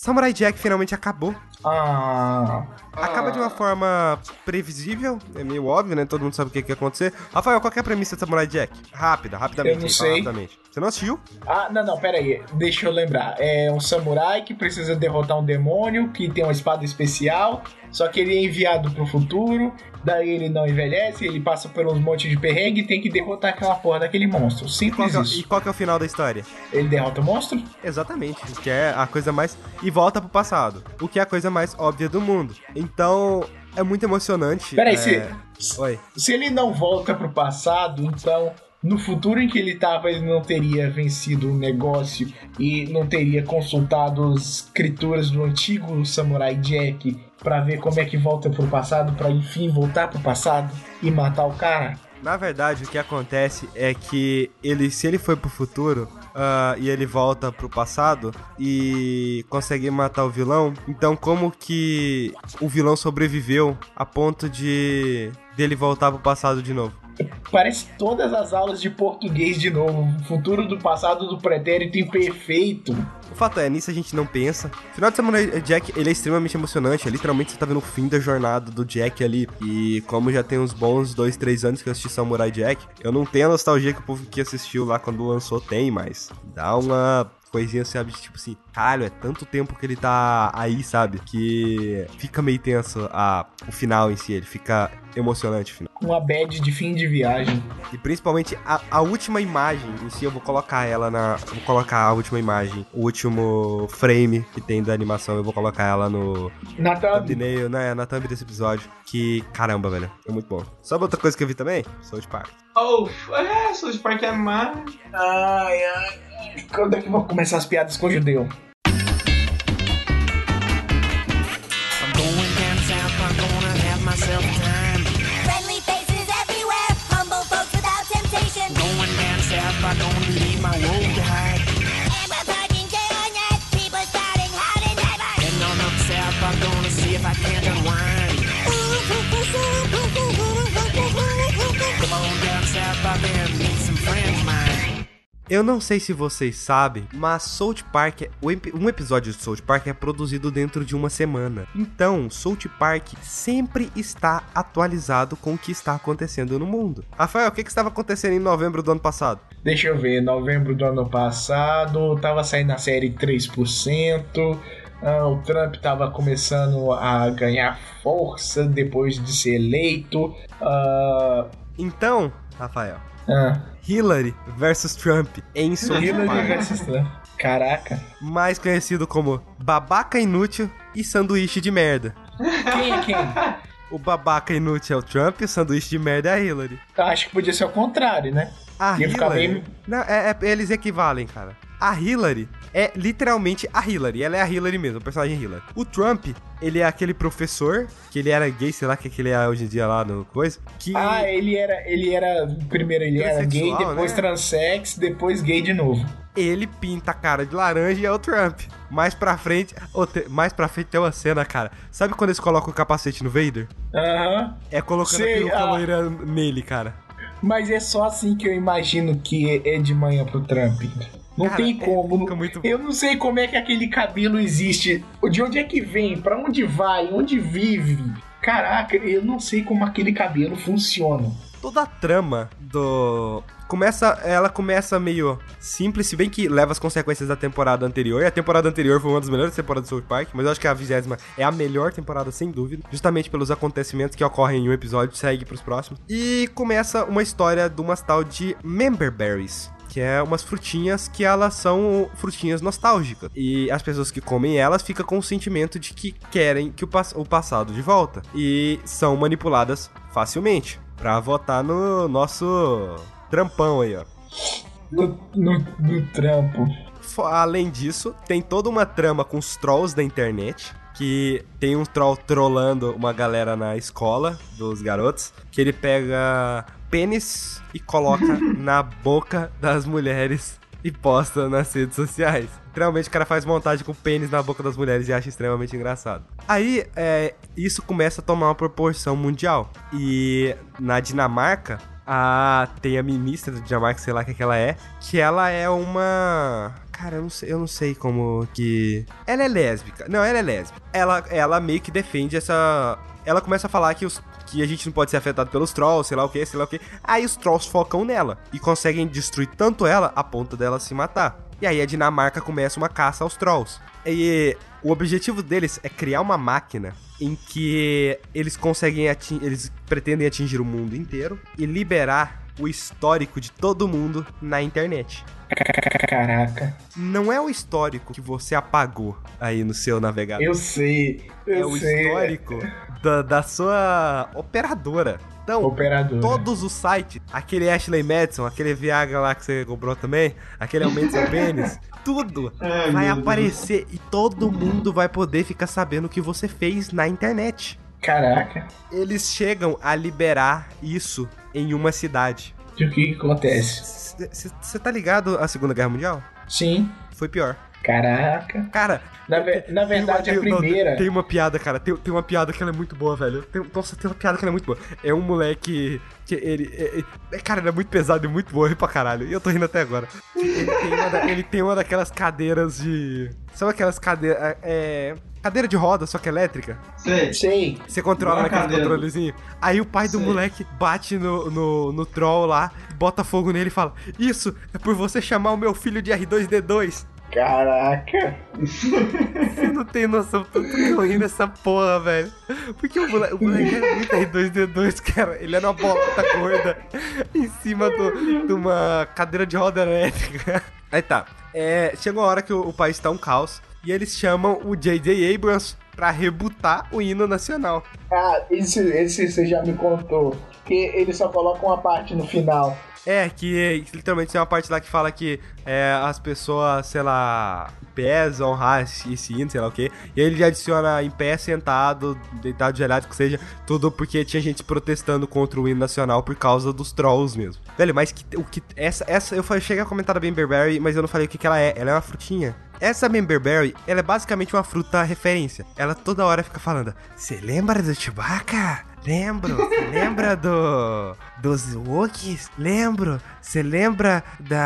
Samurai Jack finalmente acabou. Acaba de uma Ah. forma previsível, é meio óbvio, né? Todo mundo sabe o que ia acontecer. Rafael, qual que é a premissa de Samurai Jack? Rapidamente. Eu não aí, sei. rapidamente. Você não assistiu? Não, pera aí. Deixa eu lembrar. É um samurai que precisa derrotar um demônio que tem uma espada especial, só que ele é enviado pro futuro, daí ele não envelhece, ele passa por uns montes de perrengue e tem que derrotar aquela porra daquele monstro. Simples E isso. qual que é o final da história? Ele derrota o monstro? Exatamente, que é a coisa mais... E volta pro passado, o que é a coisa mais óbvia do mundo. Então, é muito emocionante. Peraí, Oi. se ele não volta pro passado, então no futuro em que ele tava, ele não teria vencido o negócio e não teria consultado as escrituras do antigo Samurai Jack pra ver como é que volta pro passado, pra enfim voltar pro passado e matar o cara. Na verdade, o que acontece é que se ele foi pro futuro e ele volta pro passado e consegue matar o vilão, então como que o vilão sobreviveu a ponto dele voltar pro passado de novo? Parece todas as aulas de português de novo. Futuro do passado do pretérito imperfeito. O fato é, nisso a gente não pensa. O final de Samurai Jack, ele é extremamente emocionante. Literalmente você tá vendo o fim da jornada do Jack ali. E como já tem uns bons 2-3 anos que eu assisti Samurai Jack, eu não tenho a nostalgia que o povo que assistiu lá quando lançou tem, mas dá uma coisinha, sabe, de tipo assim, caralho, é tanto tempo que ele tá aí, sabe, que fica meio tenso o final em si, ele fica emocionante o final. Uma bad de fim de viagem. E principalmente a última imagem em si, eu vou colocar a última imagem, o último frame que tem da animação, eu vou colocar ela no thumbnail, né, na thumb desse episódio, que, caramba, velho, é muito bom. Sabe outra coisa que eu vi também? South Park. South Park é mais... Ai. Quando é que vão começar as piadas com o judeu? I'm going down south, I'm gonna have myself a time. Friendly faces everywhere, humble folks without temptation. Going down south, I'm gonna leave my road to hide. And we're parking day or night, people spouting howdy neighbor. Heading on up south, I'm gonna see if I can't unwind. Come on down south, I've been meet some friends of mine. Eu não sei se vocês sabem, mas South Park, um episódio de South Park é produzido dentro de uma semana. Então, South Park sempre está atualizado com o que está acontecendo no mundo. Rafael, o que estava acontecendo em novembro do ano passado? Deixa eu ver, novembro do ano passado, tava saindo a série 3%, o Trump tava começando a ganhar força depois de ser eleito. Então, Rafael, Ah, Hillary versus Trump em South Hillary Park, versus Trump. Caraca. mais conhecido como babaca inútil e sanduíche de merda. Quem é quem? O babaca inútil é o Trump e o sanduíche de merda é a Hillary. Eu acho que podia ser o contrário, né? A Ia ficar Hillary... bem- Não, eles equivalem, cara. A Hillary é literalmente a Hillary. Ela é a Hillary mesmo, o personagem Hillary. O Trump, ele é aquele professor, que ele era gay, sei lá o que ele é hoje em dia lá no coisa. Que... Ele era primeiro ele era gay, Transexual, depois né? transex, depois gay de novo. Ele pinta a cara de laranja e é o Trump. Mais pra frente tem uma cena, cara. Sabe quando eles colocam o capacete no Vader? Aham. É colocando Sei, a peruca loira nele, cara. Mas é só assim que eu imagino que é de manhã pro Trump. Não Cara, tem como. fica muito bom. Eu não sei como é que aquele cabelo existe. De onde é que vem? Pra onde vai? Onde vive? Caraca, eu não sei como aquele cabelo funciona. Toda a trama ela começa meio simples, se bem que leva as consequências da temporada anterior. E a temporada anterior foi uma das melhores temporadas do South Park, mas eu acho que a 20ª é a melhor temporada, sem dúvida, justamente pelos acontecimentos que ocorrem em um episódio, segue pros próximos. E começa uma história de umas tal de Member Berries, que é umas frutinhas que elas são frutinhas nostálgicas. E as pessoas que comem elas ficam com o sentimento de que querem que o passado de volta. E são manipuladas facilmente pra votar no nosso trampão aí, ó. No trampo. Além disso, tem toda uma trama com os trolls da internet. Que tem um troll trollando uma galera na escola dos garotos. Que ele pega pênis e coloca na boca das mulheres e posta nas redes sociais. Literalmente o cara faz montagem com pênis na boca das mulheres e acha extremamente engraçado. Aí, isso começa a tomar uma proporção mundial. E na Dinamarca, tem a ministra da Dinamarca, sei lá o que ela é, que ela é uma... Cara, eu não sei como que... Ela é lésbica. Não, ela é lésbica. Ela meio que defende essa... Ela começa a falar que a gente não pode ser afetado pelos trolls, sei lá o que, sei lá o que. Aí os trolls focam nela e conseguem destruir tanto ela a ponto dela se matar. E aí a Dinamarca começa uma caça aos trolls. E o objetivo deles é criar uma máquina em que eles pretendem atingir o mundo inteiro e liberar o histórico de todo mundo na internet. Caraca. Não é o histórico que você apagou aí no seu navegador. Eu sei. É o histórico da sua operadora. Então, todos os sites, aquele Ashley Madison, aquele Viagra lá que você comprou também, aquele Aumento Seu Pênis, tudo vai aparecer e todo mundo vai poder ficar sabendo o que você fez na internet. Caraca. Eles chegam a liberar isso em uma cidade. E o que acontece? Você tá ligado à Segunda Guerra Mundial? Sim. Foi pior. Caraca. Cara, na verdade, a primeira... Tem uma piada, cara. Tem uma piada que ela é muito boa, velho. Nossa, tem uma piada que ela é muito boa. É um moleque que ele... cara, ele é muito pesado e muito boa pra caralho. E eu tô rindo até agora. Ele tem uma daquelas cadeiras de... Sabe aquelas cadeiras... Cadeira de roda, só que elétrica? Sei. Você controla naquele controlezinho. Aí o pai do moleque bate no troll lá, bota fogo nele e fala: isso é por você chamar o meu filho de R2D2. Caraca. Você não tem noção do que eu ri nessa porra, velho. Porque o moleque era muito R2D2, cara. Ele era uma bolota gorda em cima de uma cadeira de roda elétrica. Aí tá. Chegou a hora que o país tá um caos. E eles chamam o J.J. Abrams pra rebutar o hino nacional. Esse você já me contou. Que eles só colocam uma parte no final. Que literalmente tem uma parte lá que fala que as pessoas, sei lá, em pé, honrar esse hino, sei lá o quê. E aí ele já adiciona em pé, sentado, deitado, gelado, que seja, tudo porque tinha gente protestando contra o hino nacional por causa dos trolls mesmo. Velho, mas essa eu cheguei a comentar da Bamberberry, mas eu não falei o que ela é. Ela é uma frutinha. Essa Bamberberry, ela é basicamente uma fruta referência. Ela toda hora fica falando: você lembra do Chewbacca? Lembro. Você lembra dos Wookiees? Lembro. Você lembra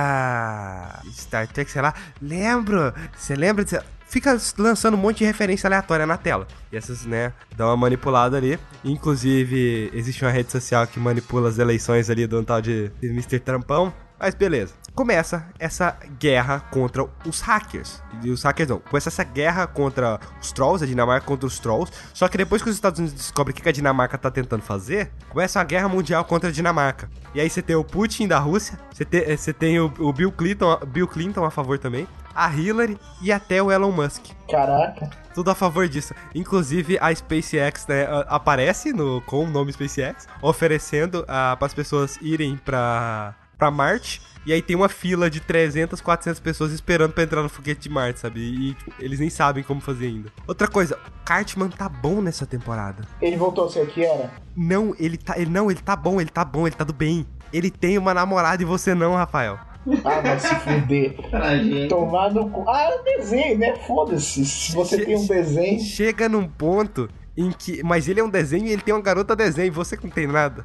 da Star Trek, sei lá? Lembro. Você lembra de... Fica lançando um monte de referência aleatória na tela. E essas, né, dão uma manipulada ali. Inclusive, existe uma rede social que manipula as eleições ali do tal de Mr. Trampão. Mas beleza. Começa essa guerra contra os hackers. E os hackers não. Começa essa guerra contra os trolls, a Dinamarca contra os trolls. Só que depois que os Estados Unidos descobrem o que a Dinamarca tá tentando fazer, começa uma guerra mundial contra a Dinamarca. E aí você tem o Putin da Rússia, você tem o Bill Clinton a favor também, a Hillary e até o Elon Musk. Caraca. Tudo a favor disso. Inclusive a SpaceX, né, aparece com o nome SpaceX, oferecendo para as pessoas irem pra Marte. E aí tem uma fila de 300, 400 pessoas esperando pra entrar no foguete de Marte, sabe? E tipo, eles nem sabem como fazer ainda. Outra coisa, o Cartman tá bom nessa temporada. Ele voltou a ser o que era? Não, ele tá bom, ele tá do bem. Ele tem uma namorada e você não, Rafael. Vai se fuder. Tomar no cu. É um desenho, né? Foda-se. Se você tem um desenho... Chega num ponto em que... Mas ele é um desenho e ele tem uma garota desenho e você que não tem nada.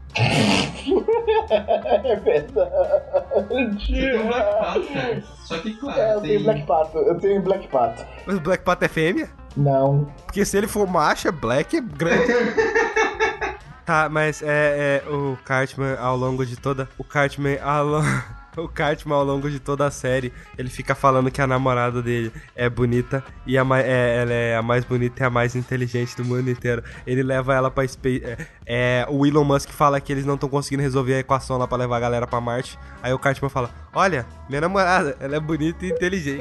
É verdade. Só que claro, eu tenho Black Pato. Mas o Black Pato é fêmea? Não. Porque se ele for macho, Black é grande. Tá, mas o Cartman ao longo de toda... O Cartman ao longo de toda a série, ele fica falando que a namorada dele é bonita e ela é a mais bonita e a mais inteligente do mundo inteiro. Ele leva ela pra Space... o Elon Musk fala que eles não estão conseguindo resolver a equação lá pra levar a galera pra Marte. Aí o Cartman fala: olha, minha namorada, ela é bonita e inteligente.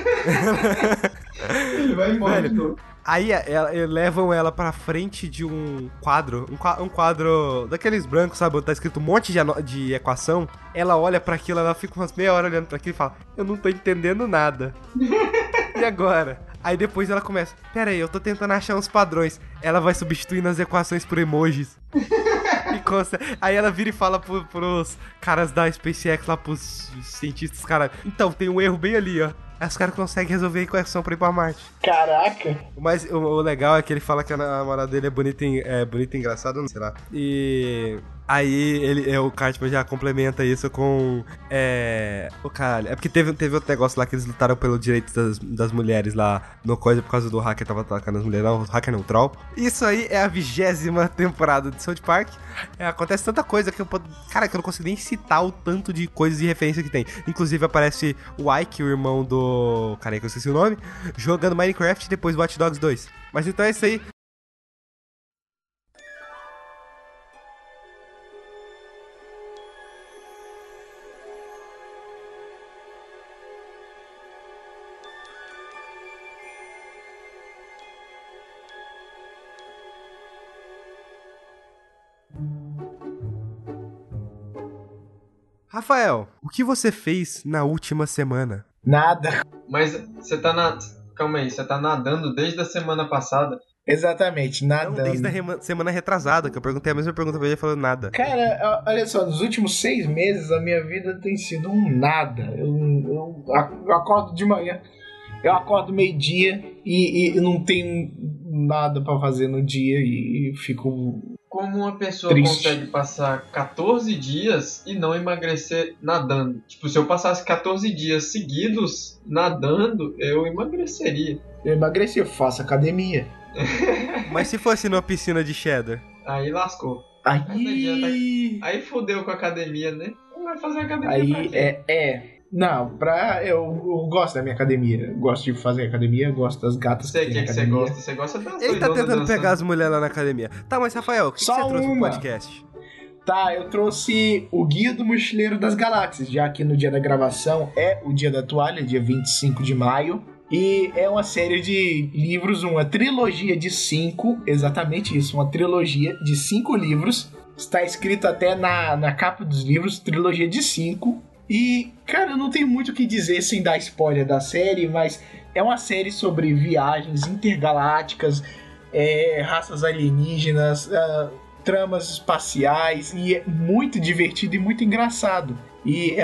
Ele vai embora de novo. Aí levam ela pra frente de um quadro, um quadro daqueles brancos, sabe, onde tá escrito um monte de equação. Ela olha pra aquilo, ela fica umas meia hora olhando pra aquilo e fala: eu não tô entendendo nada. E agora? Aí depois ela começa: pera aí, eu tô tentando achar uns padrões. Ela vai substituindo as equações por emojis. Aí ela vira e fala pros caras da SpaceX lá, pros cientistas, cara: então, tem um erro bem ali, ó. Aí os caras conseguem resolver a equação pra ir pra Marte. Caraca! Mas o legal é que ele fala que a namorada dele é bonita e engraçada, não sei lá. E Aí o Cartman já complementa isso com. O caralho. É porque teve outro negócio lá que eles lutaram pelo direito das mulheres lá no coisa por causa do hacker tava atacando as mulheres. Não, o hacker não, o troll. Isso aí é a 20ª temporada de South Park. Acontece tanta coisa que que eu não consigo nem citar o tanto de coisas e referência que tem. Inclusive aparece o Ike, o irmão do. Cara, que eu esqueci o nome, jogando Minecraft e depois Watch Dogs 2. Mas então é isso aí. Rafael, o que você fez na última semana? Nada. Mas você tá Calma aí, você tá nadando desde a semana passada? Exatamente, nadando. Não, desde a semana retrasada, que eu perguntei a mesma pergunta pra ele e falou nada. Cara, olha só, nos últimos 6 meses a minha vida tem sido um nada. Eu acordo de manhã, eu acordo meio-dia e não tenho nada pra fazer no dia e fico... Como uma pessoa triste. consegue passar 14 dias e não emagrecer nadando? Tipo, se eu passasse 14 dias seguidos nadando, eu emagreceria. Eu emagreci, eu faço academia. Mas se fosse numa piscina de cheddar? Aí lascou. Aí... Aí fudeu com a academia, né? Não vai fazer academia pra quê? Aí Não, eu gosto da minha academia. Eu gosto de fazer academia, eu gosto das gatas Sei que tem que na você academia. gosta. Você gosta das Ele tá doidonas tentando dançando. pegar as mulheres lá na academia. Tá, mas Rafael, o que Só você trouxe pro uma. podcast? Tá, eu trouxe o Guia do Mochileiro das Galáxias, já que no dia da gravação é o dia da toalha, dia 25 de maio. E é uma série de livros, uma trilogia de 5, exatamente isso, uma trilogia de 5 livros. Está escrito até na capa dos livros, trilogia de 5. E, cara, eu não tenho muito o que dizer sem dar spoiler da série, mas é uma série sobre viagens intergalácticas, raças alienígenas, tramas espaciais, e é muito divertido e muito engraçado. E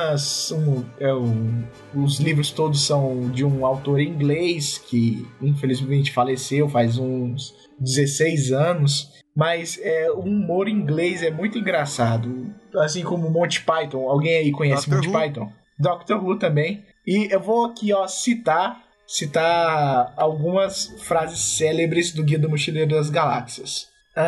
os livros todos são de um autor inglês que infelizmente faleceu faz uns 16 anos. Mas o humor inglês é muito engraçado. Assim como Monty Python. Alguém aí conhece Doctor Monty Who. Python? Doctor Who também. E eu vou aqui citar algumas frases célebres do Guia do Mochileiro das Galáxias.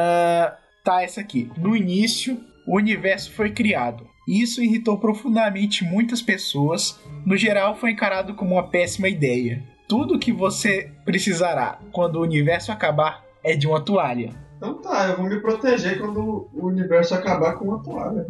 Tá essa aqui. No início, o universo foi criado. Isso irritou profundamente muitas pessoas. No geral, foi encarado como uma péssima ideia. Tudo que você precisará quando o universo acabar é de uma toalha. Então tá, eu vou me proteger quando o universo acabar com uma toalha.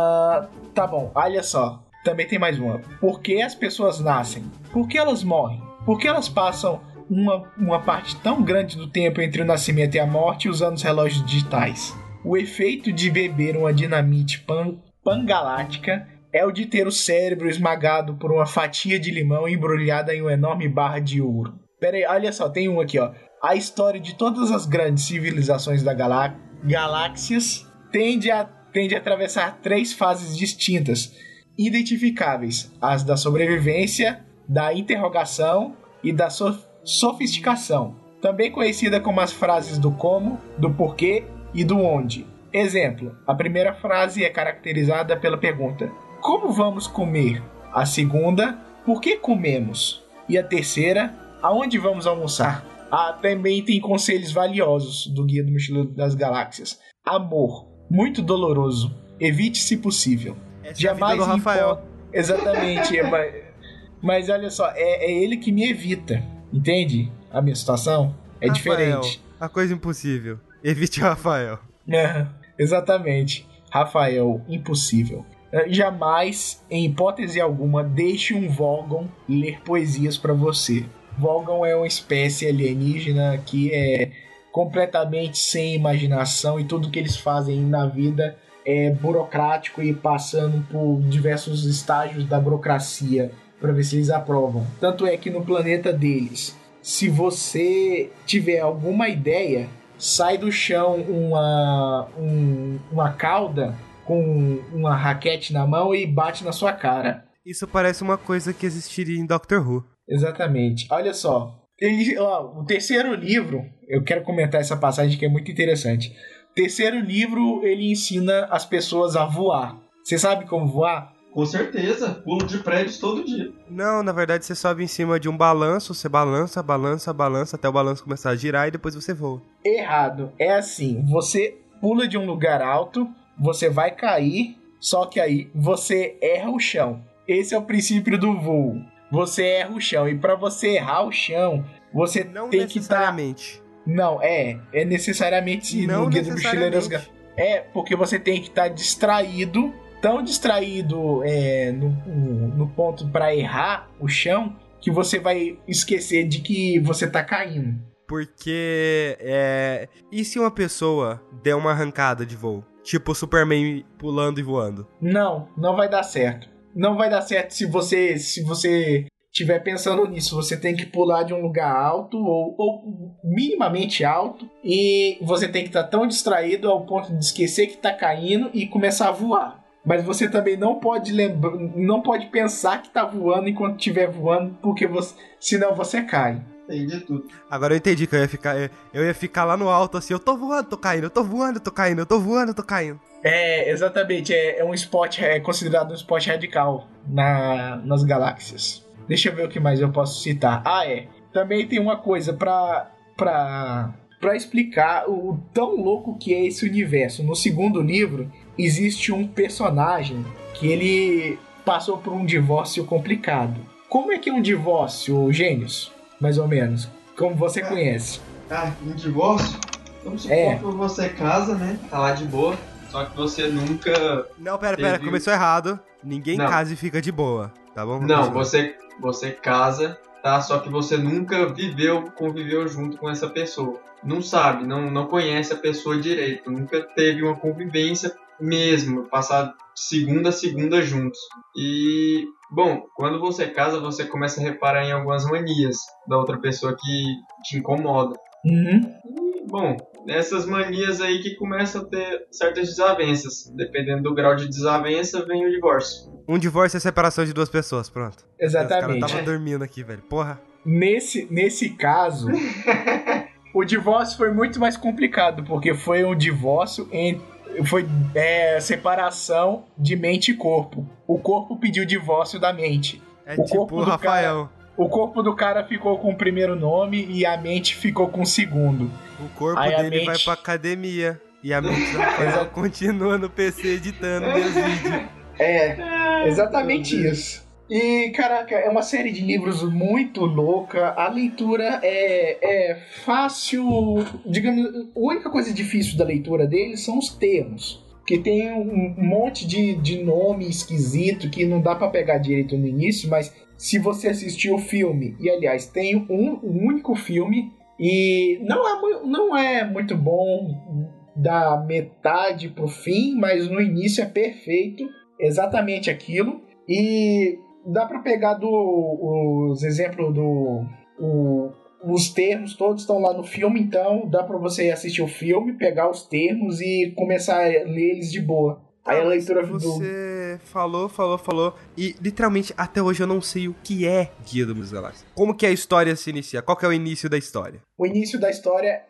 Tá bom, olha só. Também tem mais uma. Por que as pessoas nascem? Por que elas morrem? Por que elas passam uma parte tão grande do tempo entre o nascimento e a morte usando os relógios digitais? O efeito de beber uma dinamite pangaláctica é o de ter o cérebro esmagado por uma fatia de limão embrulhada em uma enorme barra de ouro. Pera aí, olha só, tem um aqui, ó. A história de todas as grandes civilizações da galáxias tende a atravessar 3 fases distintas, identificáveis: as da sobrevivência, da interrogação e da sofisticação, também conhecida como as frases do como, do porquê e do onde. Exemplo: a primeira frase é caracterizada pela pergunta: como vamos comer? A segunda: por que comemos? E a terceira: aonde vamos almoçar? Também tem conselhos valiosos do Guia do Mochileiro das Galáxias. Amor, muito doloroso. Evite se possível. Essa é a vida do Rafael. Exatamente. Mas olha só, é ele que me evita. Entende? A minha situação é Rafael, diferente. A coisa impossível. Evite o Rafael. Exatamente. Rafael, impossível. Jamais, em hipótese alguma, deixe um Volgon ler poesias pra você. Volgon é uma espécie alienígena que é completamente sem imaginação e tudo que eles fazem na vida é burocrático e passando por diversos estágios da burocracia para ver se eles aprovam. Tanto é que no planeta deles, se você tiver alguma ideia, sai do chão uma cauda com uma raquete na mão e bate na sua cara. Isso parece uma coisa que existiria em Doctor Who. Exatamente. Olha só. O terceiro livro, eu quero comentar essa passagem que é muito interessante. Terceiro livro, ele ensina as pessoas a voar. Você sabe como voar? Com certeza, pulo de prédios todo dia. Não, na verdade você sobe em cima de um balanço, você balança, balança, balança, até o balanço começar a girar e depois você voa. Errado. É assim, você pula de um lugar alto, você vai cair, só que aí você erra o chão. Esse é o princípio do voo. Você erra o chão, e pra você errar o chão, você Não tem que estar... necessariamente. Não, é necessariamente Não no Guia do Mochileiro das necessariamente. Galáxias. É, porque você tem que estar distraído, tão distraído no ponto pra errar o chão, que você vai esquecer de que você tá caindo. Porque, e se uma pessoa der uma arrancada de voo? Tipo o Superman pulando e voando. Não vai dar certo. Não vai dar certo se você estiver pensando nisso. Você tem que pular de um lugar alto ou minimamente alto, e você tem que estar tão distraído ao ponto de esquecer que está caindo e começar a voar. Mas você também não pode pensar que está voando enquanto estiver voando, porque senão você cai. Entendi tudo. Agora eu entendi que eu ia ficar lá no alto assim, eu tô voando, tô caindo, eu tô voando, tô caindo, eu tô voando, tô caindo. É, exatamente. É um esporte, é considerado um esporte radical nas galáxias. Deixa eu ver o que mais eu posso citar. Também tem uma coisa pra explicar o tão louco que é esse universo. No segundo livro, existe um personagem que ele passou por um divórcio complicado. Como é que é um divórcio, Gênios? Mais ou menos. Como você conhece. Um divórcio? Vamos supor que você casa, né? Tá lá de boa. Só que você nunca... Não, pera, começou errado. Ninguém casa e fica de boa, tá bom? Não, você casa, tá? Só que você nunca conviveu junto com essa pessoa. Não sabe, não conhece a pessoa direito. Nunca teve uma convivência mesmo, passar segunda a segunda juntos. E, bom, quando você casa, você começa a reparar em algumas manias da outra pessoa que te incomoda. Uhum. E, bom, essas manias aí que começam a ter certas desavenças. Dependendo do grau de desavença, vem o divórcio. Um divórcio é a separação de duas pessoas, pronto. Exatamente. Os caras estavam dormindo aqui, velho. Porra. Nesse caso, o divórcio foi muito mais complicado, porque foi um divórcio foi separação de mente e corpo. O corpo pediu divórcio da mente. É tipo o Rafael. O corpo do cara ficou com o primeiro nome e a mente ficou com o segundo. O corpo dele vai pra academia e a mente do Rafael continua no PC editando meus vídeos. Exatamente isso. E, caraca, é uma série de livros muito louca. A leitura é fácil. Digamos, a única coisa difícil da leitura deles são os termos. Porque tem um monte de nome esquisito que não dá pra pegar direito no início, mas se você assistir o filme, e aliás, tem um único filme, e não é muito bom da metade pro fim, mas no início é perfeito, exatamente aquilo. E dá pra pegar os exemplos os termos todos estão lá no filme, então dá pra você assistir o filme, pegar os termos e começar a ler eles de boa. Aí a leitura Você falou, e literalmente até hoje eu não sei o que é Guia do Mochileiro das Galáxias. Como que a história se inicia? Qual que é o início da história? O início da história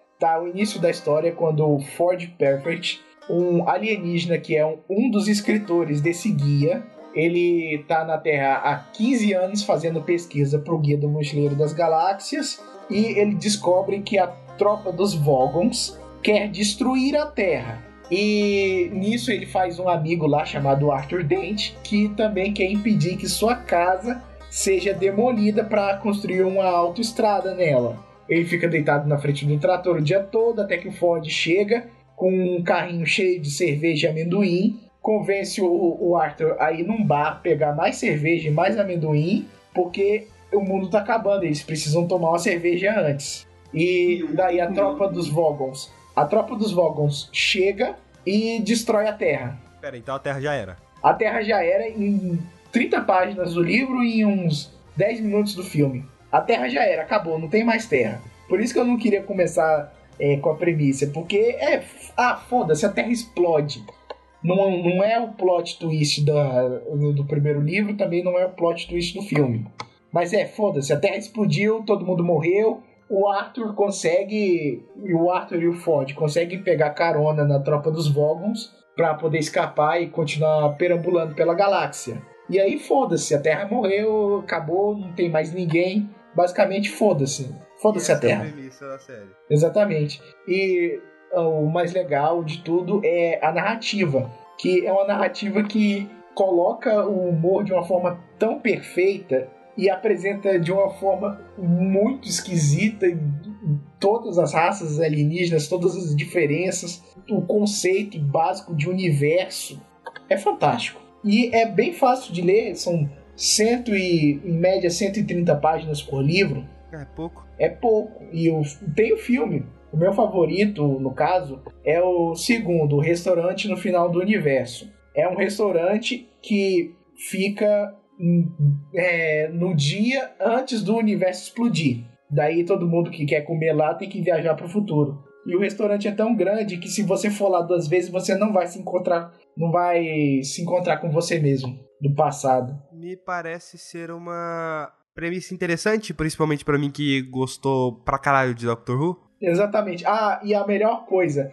é quando o Ford Perfect, um alienígena que é um dos escritores desse guia, ele tá na Terra há 15 anos fazendo pesquisa pro Guia do Mochileiro das Galáxias, e ele descobre que a tropa dos Vogons quer destruir a Terra. E nisso ele faz um amigo lá chamado Arthur Dent, que também quer impedir que sua casa seja demolida para construir uma autoestrada nela. Ele fica deitado na frente do trator o dia todo, até que o Ford chega com um carrinho cheio de cerveja e amendoim, convence o Arthur a ir num bar, pegar mais cerveja e mais amendoim, porque o mundo tá acabando, eles precisam tomar uma cerveja antes. E daí a tropa dos Vogons chega e destrói a Terra. Pera, então a Terra já era. A Terra já era em 30 páginas do livro e uns 10 minutos do filme. A Terra já era, acabou, não tem mais Terra. Por isso que eu não queria começar com a premissa, porque foda-se, a Terra explode. Não é o plot twist do primeiro livro, também não é o plot twist do filme. Mas foda-se, a Terra explodiu, todo mundo morreu, o Arthur e o Ford conseguem pegar carona na tropa dos Vogons pra poder escapar e continuar perambulando pela galáxia. E aí foda-se, a Terra morreu, acabou, não tem mais ninguém. Basicamente foda-se. Foda-se a Terra. É a premissa da série. Exatamente. E o mais legal de tudo é a narrativa, que é uma narrativa que coloca o humor de uma forma tão perfeita e apresenta de uma forma muito esquisita todas as raças alienígenas, todas as diferenças, o conceito básico de universo. É fantástico. E é bem fácil de ler, são em média 130 páginas por livro. É pouco. É pouco. E tem o filme. O meu favorito, no caso, é o segundo, O Restaurante no Final do Universo. É um restaurante que fica no dia antes do universo explodir. Daí todo mundo que quer comer lá tem que viajar para o futuro. E o restaurante é tão grande que se você for lá 2 vezes, você não vai se encontrar com você mesmo, do passado. Me parece ser uma premissa interessante, principalmente pra mim que gostou pra caralho de Doctor Who. Exatamente. Ah, e a melhor coisa,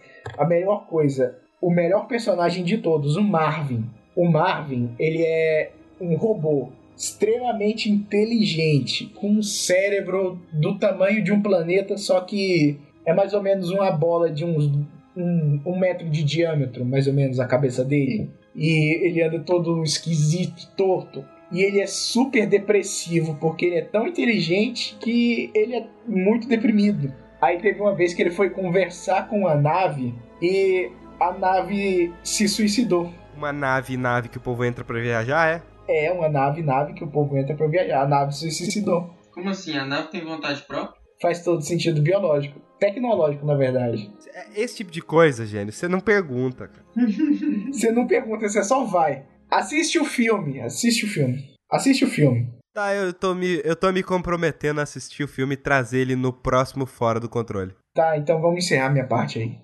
o melhor personagem de todos, o Marvin. O Marvin, ele é um robô extremamente inteligente, com um cérebro do tamanho de um planeta, só que é mais ou menos uma bola de um metro de diâmetro, mais ou menos, a cabeça dele. E ele anda todo esquisito, torto. E ele é super depressivo, porque ele é tão inteligente que ele é muito deprimido. Aí teve uma vez que ele foi conversar com a nave e a nave se suicidou. Uma nave que o povo entra pra viajar, é? É, uma nave que o povo entra pra viajar. A nave se suicidou. Como assim? A nave tem vontade própria? Faz todo sentido biológico. Tecnológico, na verdade. Esse tipo de coisa, Gênio, você não pergunta, cara. Você não pergunta, você só vai. Assiste o filme. Tá, eu tô me comprometendo a assistir o filme e trazer ele no próximo Fora do Controle. Tá, então vamos encerrar minha parte aí.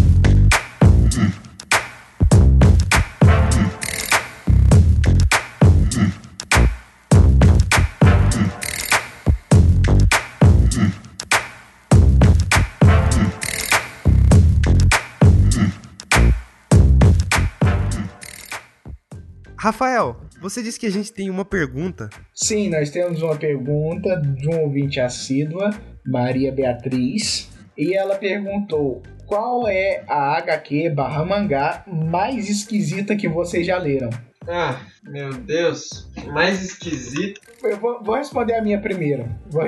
Rafael, você disse que a gente tem uma pergunta. Sim, nós temos uma pergunta de um ouvinte assídua, Maria Beatriz, e ela perguntou: qual é a HQ/mangá mais esquisita que vocês já leram? Ah, meu Deus, mais esquisito. Eu vou responder a minha primeiro.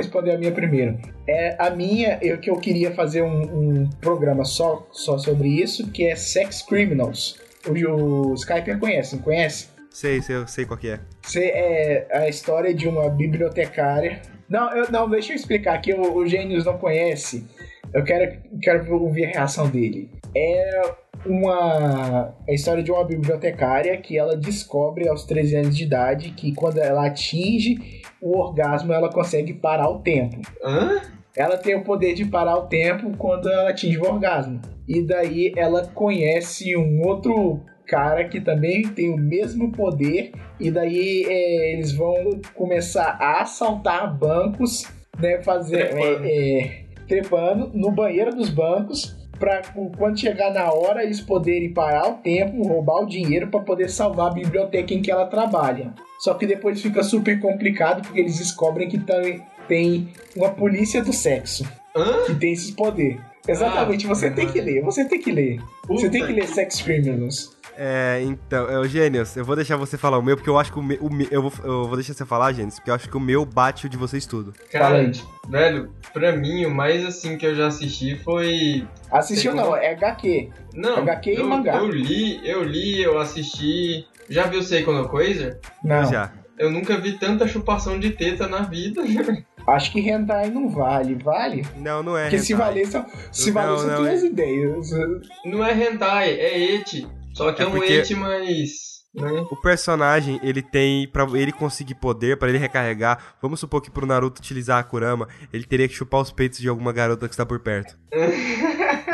Que eu queria fazer um programa só sobre isso, que é Sex Criminals. O Skyper conhece? Eu sei qual que é. É a história de uma bibliotecária. Não, deixa eu explicar, que o Gênios não conhece. Eu quero ouvir a reação dele. É a história de uma bibliotecária que ela descobre aos 13 anos de idade que quando ela atinge o orgasmo, ela consegue parar o tempo. Hã? Ela tem o poder de parar o tempo quando ela atinge o orgasmo. E daí ela conhece um outro cara que também tem o mesmo poder. E daí eles vão começar a assaltar bancos, né? Trepando no banheiro dos bancos, pra quando chegar na hora eles poderem parar o tempo, roubar o dinheiro pra poder salvar a biblioteca em que ela trabalha. Só que depois fica super complicado porque eles descobrem que tem uma polícia do sexo. Hã? Que tem esses poderes. Exatamente, você tem que ler. Você tem que ler Sex Criminals. Então, Gênios, eu vou deixar você falar o meu, porque eu acho que eu vou deixar você falar, Gênios, porque eu acho que o meu bate o de vocês tudo. Cara, velho, pra mim, o mais assim que eu já assisti foi... Assistiu não, é HQ. Não, HQ e mangá. Eu assisti... Já viu Seiko no Quasar? Não. Já. Eu nunca vi tanta chupação de teta na vida. Acho que hentai não vale. Não é Porque hentai. se valer são tuas ideias. Não é hentai, é eti. Só que é um porque eti mais... Né? O personagem, ele tem, pra ele conseguir poder, pra ele recarregar, vamos supor que pro Naruto utilizar a Kurama, ele teria que chupar os peitos de alguma garota que está por perto.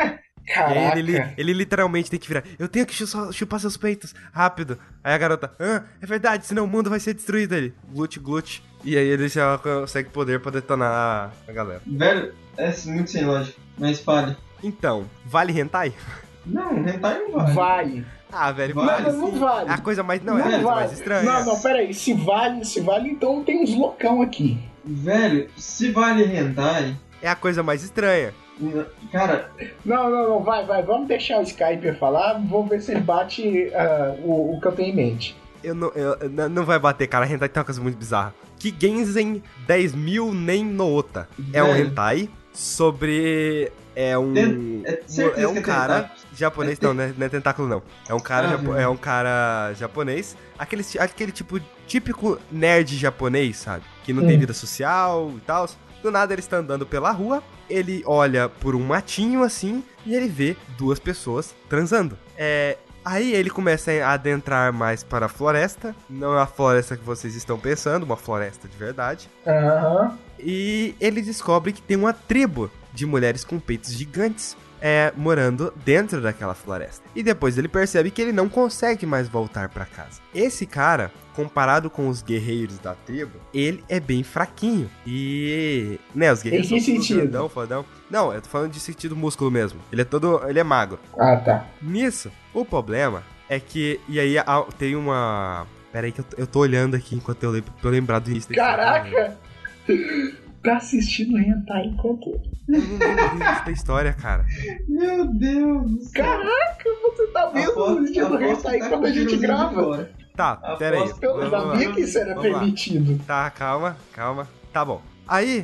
E aí Caraca. ele literalmente tem que virar. Eu tenho que chupar seus peitos, rápido. Aí a garota, é verdade, senão o mundo vai ser destruído. Ele, glute. E aí ele já consegue poder pra detonar a galera. Velho, é muito sem lógica. Mas fale. Então, vale hentai? Não, hentai não vale. Vale. Ah, velho, Vale, vale não sim. vale. É a coisa mais... Não, Não é a coisa vale. mais estranha. Não, peraí. Se vale, então tem uns loucão aqui. Velho, se vale hentai... É a coisa mais estranha. Cara, Não, vai. Vamos deixar o Skype falar. Vamos ver se ele bate o que eu tenho em mente. Não vai bater, cara. Hentai tem uma coisa muito bizarra. Kigenzen 10.000 nen no Ota. É um Velho. hentai sobre... É um certeza que é cara tentáculo. japonês, não é tentáculo não. É um cara, Ah, é um cara japonês, aquele tipo típico nerd japonês, sabe? Que não tem vida social e tal. Do nada ele está andando pela rua, ele olha por um matinho assim e ele vê duas pessoas transando. Aí ele começa a adentrar mais para a floresta, não é a floresta que vocês estão pensando, uma floresta de verdade. Aham. E ele descobre que tem uma tribo de mulheres com peitos gigantes morando dentro daquela floresta. E depois ele percebe que ele não consegue mais voltar pra casa. Esse cara, comparado com os guerreiros da tribo, ele é bem fraquinho. E, né, os guerreiros Em que são tudo sentido? grandão, fodão. Não, eu tô falando de sentido músculo mesmo. Ele é magro. Ah, tá. Nisso, o problema é que... E aí tem uma... Pera aí que eu tô olhando aqui enquanto eu lembro, pra eu lembrar do início. Caraca! Tá assistindo hentai enquanto... Eu não lembro do início da história, cara. meu Deus do céu. Caraca, você tá mesmo assistindo hentai enquanto a gente grava? Tá, pera aí. Aposto- Eu não Vamos lá. sabia que isso era Vamos lá. permitido. Tá, calma. Tá bom. Aí,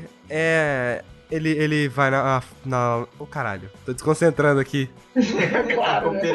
ele vai Ô, caralho. Tô desconcentrando aqui. Claro, né?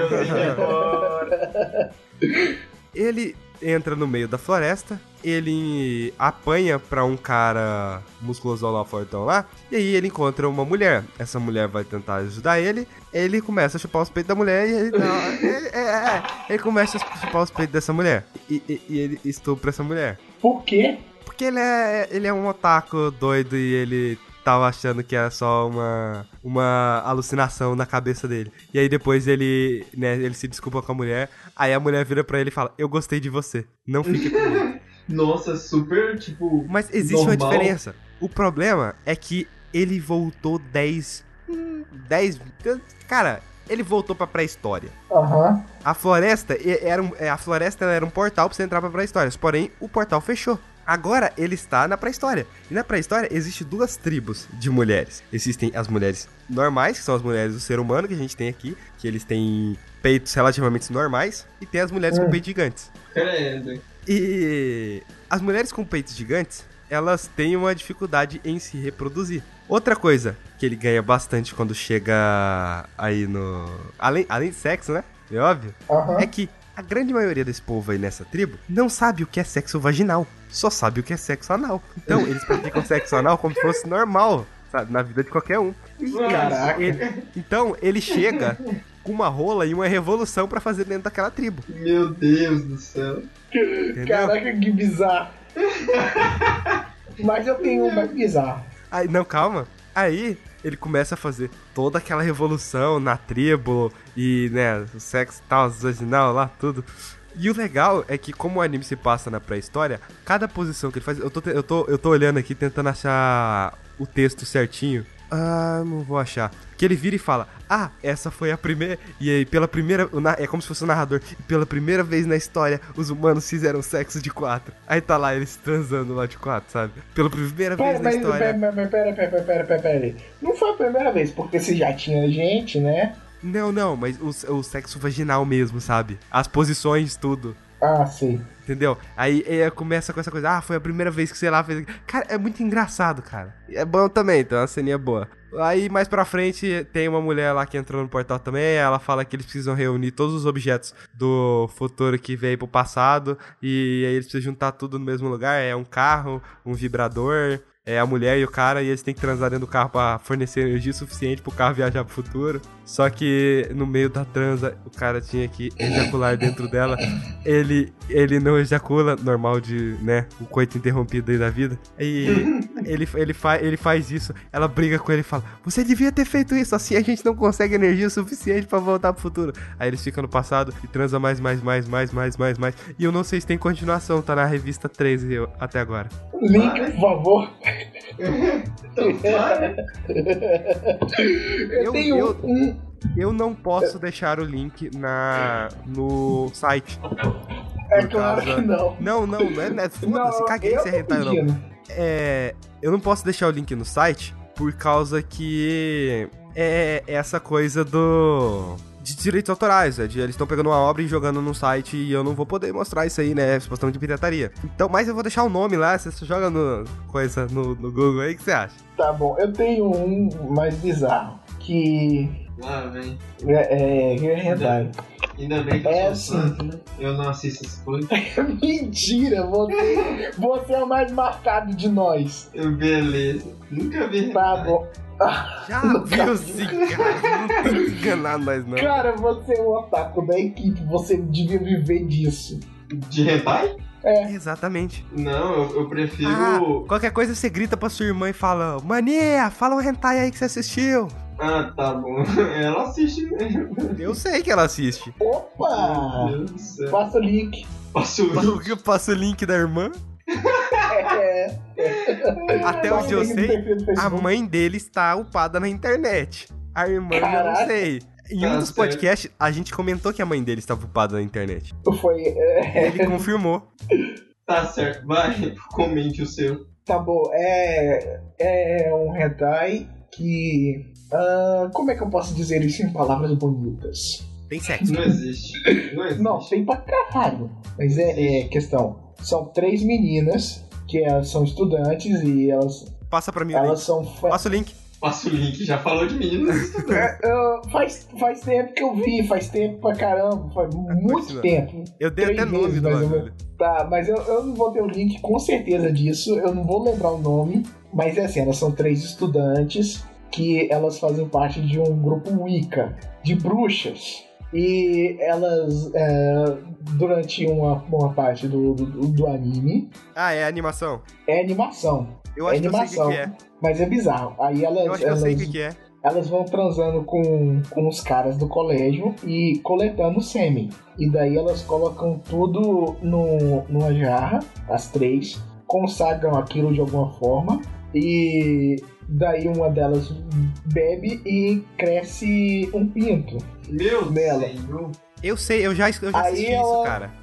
Ele entra no meio da floresta, ele apanha pra um cara musculosão lá, fortão lá, e aí ele encontra uma mulher. Essa mulher vai tentar ajudar ele começa a chupar os peitos da mulher e ele começa a chupar os peitos dessa mulher. E ele estupra essa mulher. Por quê? Porque ele é um otaku doido e ele tava achando que era só uma alucinação na cabeça dele. E aí depois ele se desculpa com a mulher, aí a mulher vira pra ele e fala, eu gostei de você, não fique comigo. Nossa, super, tipo... Mas existe uma normal. diferença. O problema é que ele voltou 10... Cara, ele voltou pra pré-história. Aham. A floresta era um portal pra você entrar pra pré-história, porém o portal fechou. Agora ele está na pré-história. E na pré-história existem duas tribos de mulheres. Existem as mulheres normais, que são as mulheres do ser humano que a gente tem aqui, que eles têm peitos relativamente normais, e tem as mulheres com peitos gigantes. Credo. E as mulheres com peitos gigantes, elas têm uma dificuldade em se reproduzir. Outra coisa que ele ganha bastante quando chega aí no... Além de sexo, né? É óbvio. Aham. É que a grande maioria desse povo aí nessa tribo não sabe o que é sexo vaginal. Só sabe o que é sexo anal. Então, eles praticam sexo anal como se fosse normal, sabe? Na vida de qualquer um. E, Caraca. então, ele chega com uma rola e uma revolução pra fazer dentro daquela tribo. Meu Deus do céu. Entendeu? Caraca, que bizarro. Mas eu tenho um mais bizarro. Aí, não, calma. Aí, ele começa a fazer toda aquela revolução na tribo e, né, o sexo e tal, os vaginal lá, tudo. E o legal é que, como o anime se passa na pré-história, cada posição que ele faz... Eu tô olhando aqui, tentando achar o texto certinho. Ah, não vou achar. Que ele vira e fala, essa foi a primeira... E aí, pela primeira... É como se fosse o narrador. E pela primeira vez na história, os humanos fizeram sexo de 4. Aí tá lá, eles transando lá de 4, sabe? Pela primeira vez na história... Pera. Não foi a primeira vez, porque se já tinha gente, né? Não, mas o sexo vaginal mesmo, sabe? As posições, tudo. Ah, sim. Entendeu? Aí começa com essa coisa, foi a primeira vez que sei lá fez. Cara, é muito engraçado, cara. E é bom também, então é uma ceninha boa. Aí mais pra frente tem uma mulher lá que entrou no portal também. Ela fala que eles precisam reunir todos os objetos do futuro que veio pro passado. E aí eles precisam juntar tudo no mesmo lugar. É um carro, um vibrador é a mulher e o cara, e eles têm que transar dentro do carro pra fornecer energia suficiente pro carro viajar pro futuro. Só que no meio da transa, o cara tinha que ejacular dentro dela. Ele não ejacula, normal de, né, o coito interrompido aí da vida. E ele faz isso, ela briga com ele e fala: você devia ter feito isso, assim a gente não consegue energia suficiente pra voltar pro futuro. Aí eles ficam no passado e transam mais. E eu não sei se tem continuação, tá na revista 13 até agora. Link, por favor. Eu não posso deixar o link no site. É claro que não. Não é foda-se, caguei se é hentai ou não. Eu não posso deixar o link no site por causa que é essa coisa de direitos autorais, eles estão pegando uma obra e jogando no site e eu não vou poder mostrar isso aí, né, supostamente de pirataria. Então, mas eu vou deixar o nome lá, você joga no Google aí, o que você acha? Tá bom, eu tenho um mais bizarro, que... Vem. É hentai. Ainda bem que eu sou santo, né? Eu não assisto essas coisas. Mentira, você é o mais marcado de nós. Beleza. Nunca vi. Tá bom. Já viu sim, cara. Não tem que enganar nós, não. Cara, você é o otaku da equipe. Você devia viver disso. De hentai? Exatamente. Não, eu prefiro... qualquer coisa você grita pra sua irmã e fala: Mania, fala um hentai aí que você assistiu. Ah, tá bom. Ela assiste mesmo. Eu sei que ela assiste. Opa! Meu Deus do céu. Passa o link. Passo Eu passo o link da irmã. Até onde eu sei, a mãe dele está upada na internet. A irmã eu não sei. Em um dos podcasts, a gente comentou que a mãe dele estava upada na internet. Foi. Ele confirmou. Tá certo, vai, comente o seu. Tá bom, é um hentai que... como é que eu posso dizer isso em palavras bonitas? Tem sexo. Não existe. Não, tem pra caralho. Mas é questão. São 3 meninas que elas são estudantes e elas... Passa pra mim elas o link. são... Passa o link. Passa o link, já falou de meninas. Faz tempo que eu vi, faz tempo pra caramba, faz muito tempo. Eu dei 3 até nome meses, do mais ou bagulho. menos. Tá, mas eu não vou ter o link com certeza disso, eu não vou lembrar o nome, mas é assim, elas são 3 estudantes que elas fazem parte de um grupo Wicca, de bruxas. E elas, durante uma parte do anime... Ah, é animação? É animação. Eu acho animação, que eu sei o que é. Mas é bizarro. Aí elas, Eu acho que eu sei o que é. Elas vão transando com os caras do colégio e coletando sêmen. E daí elas colocam tudo numa jarra, as 3, consagram aquilo de alguma forma. E daí uma delas bebe e cresce um pinto. Meu nela. Deus. Eu sei, eu já assisti isso, cara.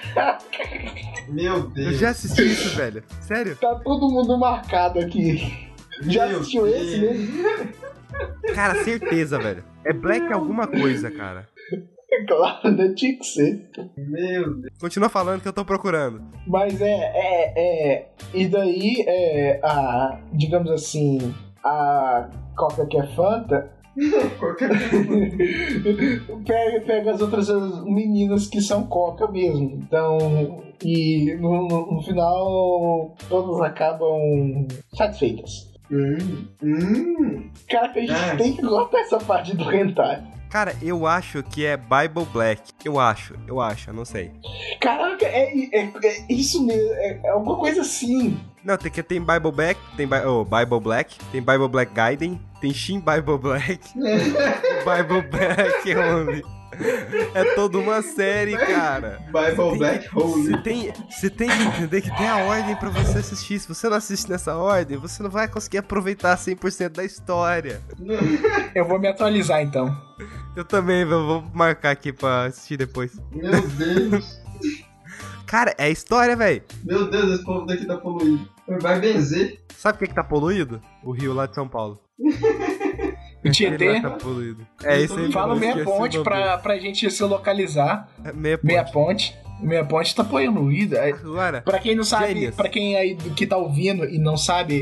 Meu Deus. Eu já assisti isso, velho. Sério? Tá todo mundo marcado aqui. Já assistiu esse mesmo? Cara, certeza, velho. É Black alguma coisa, cara. É claro, né? Tinha que ser. Meu Deus. Continua falando que eu tô procurando. Mas e daí, digamos assim, a Coca que é Fanta pega as outras meninas que são Coca mesmo. Então, e no final, todas acabam satisfeitas. Cara, a gente tem que gostar dessa parte do hentai. Cara, eu acho que é Bible Black. Eu acho, não sei. Caraca, é isso mesmo, é alguma coisa assim. Não, tem Bible Black, tem Bible Black, tem Bible Black Gaiden, tem Shin Bible Black, Bible Black Only. É toda uma série, cara. Bible Black Holy. Você tem que entender que tem a ordem pra você assistir. Se você não assiste nessa ordem, você não vai conseguir aproveitar 100% da história. Eu vou me atualizar então. Eu também, vou marcar aqui pra assistir depois. Meu Deus. Cara, é história, velho. Meu Deus, esse povo daqui tá poluído. Vai benzer. Sabe o que tá poluído? O rio lá de São Paulo. O Tietê? Ele lá tá poluído. É isso aí. Fala Meia Ponte pra gente se localizar. Meia Ponte. Meia Ponte tá poluída. Agora, Pra quem não sabe, Gênios. pra quem aí que tá ouvindo e não sabe,